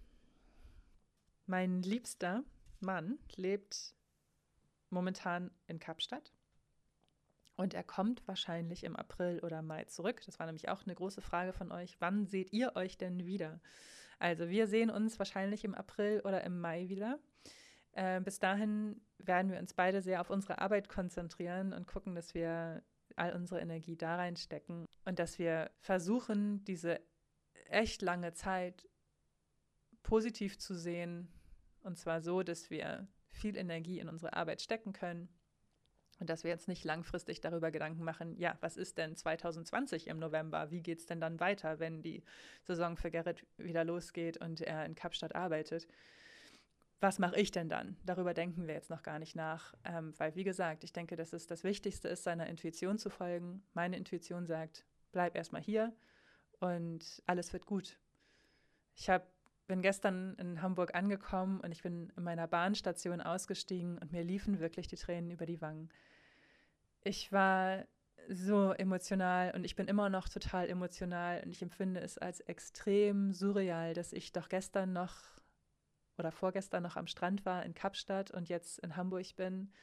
Mein liebster Mann lebt momentan in Kapstadt und er kommt wahrscheinlich im April oder Mai zurück. Das war nämlich auch eine große Frage von euch. Wann seht ihr euch denn wieder? Also wir sehen uns wahrscheinlich im April oder im Mai wieder. Bis dahin werden wir uns beide sehr auf unsere Arbeit konzentrieren und gucken, dass wir all unsere Energie da reinstecken und dass wir versuchen, diese echt lange Zeit positiv zu sehen. Und zwar so, dass wir viel Energie in unsere Arbeit stecken können und dass wir jetzt nicht langfristig darüber Gedanken machen, ja, was ist denn 2020 im November? Wie geht es denn dann weiter, wenn die Saison für Gerrit wieder losgeht und er in Kapstadt arbeitet? Was mache ich denn dann? Darüber denken wir jetzt noch gar nicht nach, weil, wie gesagt, ich denke, dass es das Wichtigste ist, seiner Intuition zu folgen. Meine Intuition sagt, bleib erstmal hier und alles wird gut. Bin gestern in Hamburg angekommen und ich bin in meiner Bahnstation ausgestiegen und mir liefen wirklich die Tränen über die Wangen. Ich war so emotional und ich bin immer noch total emotional und ich empfinde es als extrem surreal, dass ich doch gestern noch oder vorgestern noch am Strand war in Kapstadt und jetzt in Hamburg bin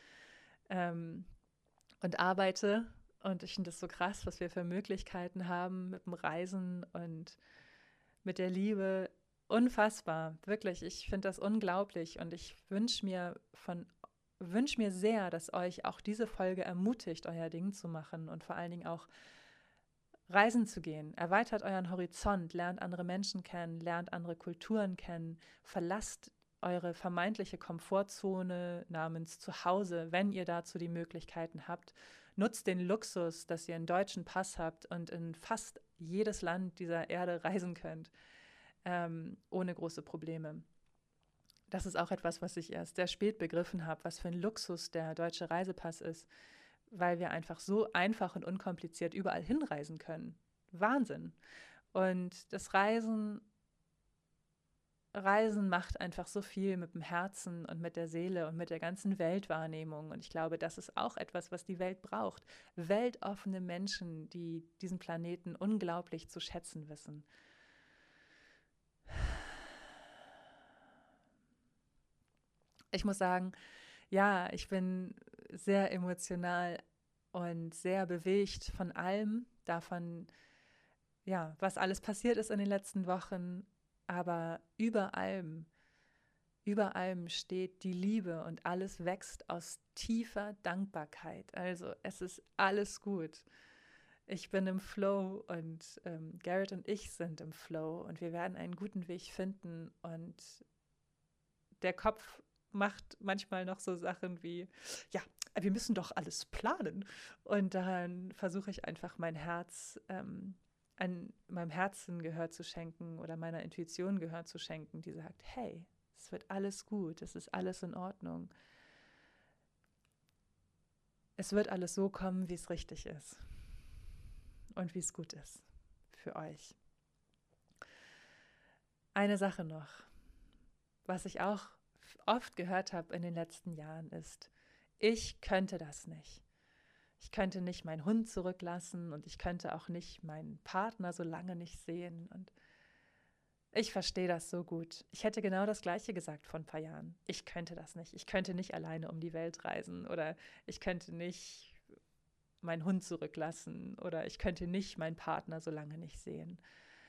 und arbeite. Und ich finde das so krass, was wir für Möglichkeiten haben mit dem Reisen und mit der Liebe. Unfassbar, wirklich. Ich finde das unglaublich und ich wünsche mir sehr, dass euch auch diese Folge ermutigt, euer Ding zu machen und vor allen Dingen auch reisen zu gehen. Erweitert euren Horizont, lernt andere Menschen kennen, lernt andere Kulturen kennen, verlasst eure vermeintliche Komfortzone namens Zuhause, wenn ihr dazu die Möglichkeiten habt. Nutzt den Luxus, dass ihr einen deutschen Pass habt und in fast jedes Land dieser Erde reisen könnt, ohne große Probleme. Das ist auch etwas, was ich erst sehr spät begriffen habe, was für ein Luxus der deutsche Reisepass ist, weil wir einfach so einfach und unkompliziert überall hinreisen können. Wahnsinn. Und das Reisen macht einfach so viel mit dem Herzen und mit der Seele und mit der ganzen Weltwahrnehmung. Und ich glaube, das ist auch etwas, was die Welt braucht. Weltoffene Menschen, die diesen Planeten unglaublich zu schätzen wissen. Ich muss sagen, ja, ich bin sehr emotional und sehr bewegt von allem, davon, ja, was alles passiert ist in den letzten Wochen, aber über allem steht die Liebe und alles wächst aus tiefer Dankbarkeit. Also es ist alles gut. Ich bin im Flow und Gerrit und ich sind im Flow und wir werden einen guten Weg finden und der Kopf macht manchmal noch so Sachen wie, ja, wir müssen doch alles planen. Und dann versuche ich einfach mein Herz an meinem Herzen Gehör zu schenken oder meiner Intuition Gehör zu schenken, die sagt, hey, es wird alles gut, es ist alles in Ordnung. Es wird alles so kommen, wie es richtig ist und wie es gut ist für euch. Eine Sache noch, was ich auch oft gehört habe in den letzten Jahren ist, ich könnte das nicht. Ich könnte nicht meinen Hund zurücklassen und ich könnte auch nicht meinen Partner so lange nicht sehen. Und ich verstehe das so gut. Ich hätte genau das Gleiche gesagt vor ein paar Jahren. Ich könnte das nicht. Ich könnte nicht alleine um die Welt reisen oder ich könnte nicht meinen Hund zurücklassen oder ich könnte nicht meinen Partner so lange nicht sehen.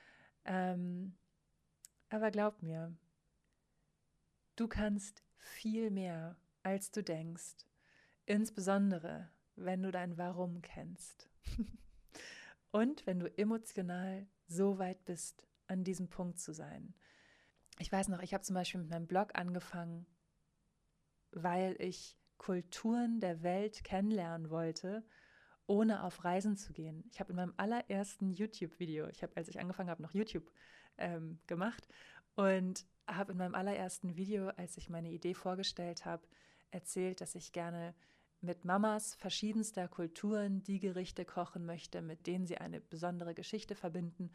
Aber glaub mir, du kannst viel mehr, als du denkst, insbesondere wenn du dein Warum kennst und wenn du emotional so weit bist, an diesem Punkt zu sein. Ich weiß noch, ich habe zum Beispiel mit meinem Blog angefangen, weil ich Kulturen der Welt kennenlernen wollte, ohne auf Reisen zu gehen. Ich habe in meinem allerersten YouTube-Video, als ich angefangen habe, noch YouTube gemacht und habe in meinem allerersten Video, als ich meine Idee vorgestellt habe, erzählt, dass ich gerne mit Mamas verschiedenster Kulturen die Gerichte kochen möchte, mit denen sie eine besondere Geschichte verbinden.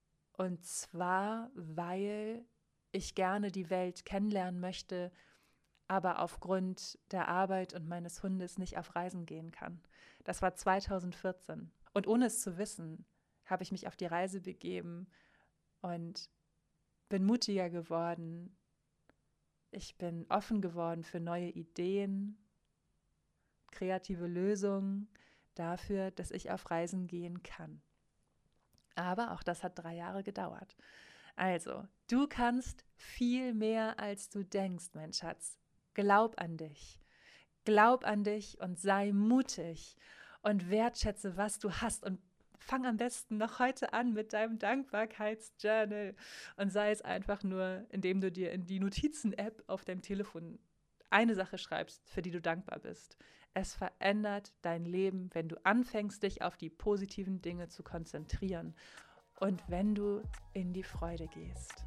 Und zwar, weil ich gerne die Welt kennenlernen möchte, aber aufgrund der Arbeit und meines Hundes nicht auf Reisen gehen kann. Das war 2014. Und ohne es zu wissen, habe ich mich auf die Reise begeben und bin mutiger geworden. Ich bin offen geworden für neue Ideen, kreative Lösungen dafür, dass ich auf Reisen gehen kann. Aber auch das hat 3 Jahre gedauert. Also, du kannst viel mehr, als du denkst, mein Schatz. Glaub an dich. Glaub an dich und sei mutig und wertschätze, was du hast. Und fang am besten noch heute an mit deinem Dankbarkeitsjournal. Und sei es einfach nur, indem du dir in die Notizen-App auf deinem Telefon eine Sache schreibst, für die du dankbar bist. Es verändert dein Leben, wenn du anfängst, dich auf die positiven Dinge zu konzentrieren und wenn du in die Freude gehst.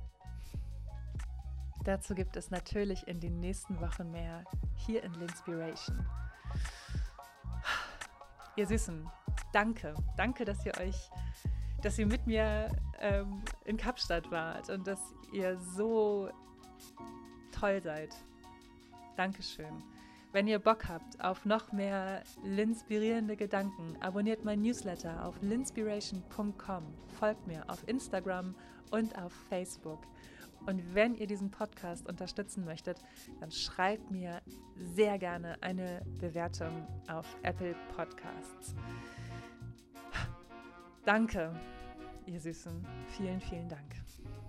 Dazu gibt es natürlich in den nächsten Wochen mehr hier in Linspiration. Ihr Süßen, danke. Danke, dass ihr mit mir in Kapstadt wart und dass ihr so toll seid. Dankeschön. Wenn ihr Bock habt auf noch mehr linspirierende Gedanken, abonniert mein Newsletter auf linspiration.com, folgt mir auf Instagram und auf Facebook. Und wenn ihr diesen Podcast unterstützen möchtet, dann schreibt mir sehr gerne eine Bewertung auf Apple Podcasts. Danke, ihr Süßen. Vielen, vielen Dank.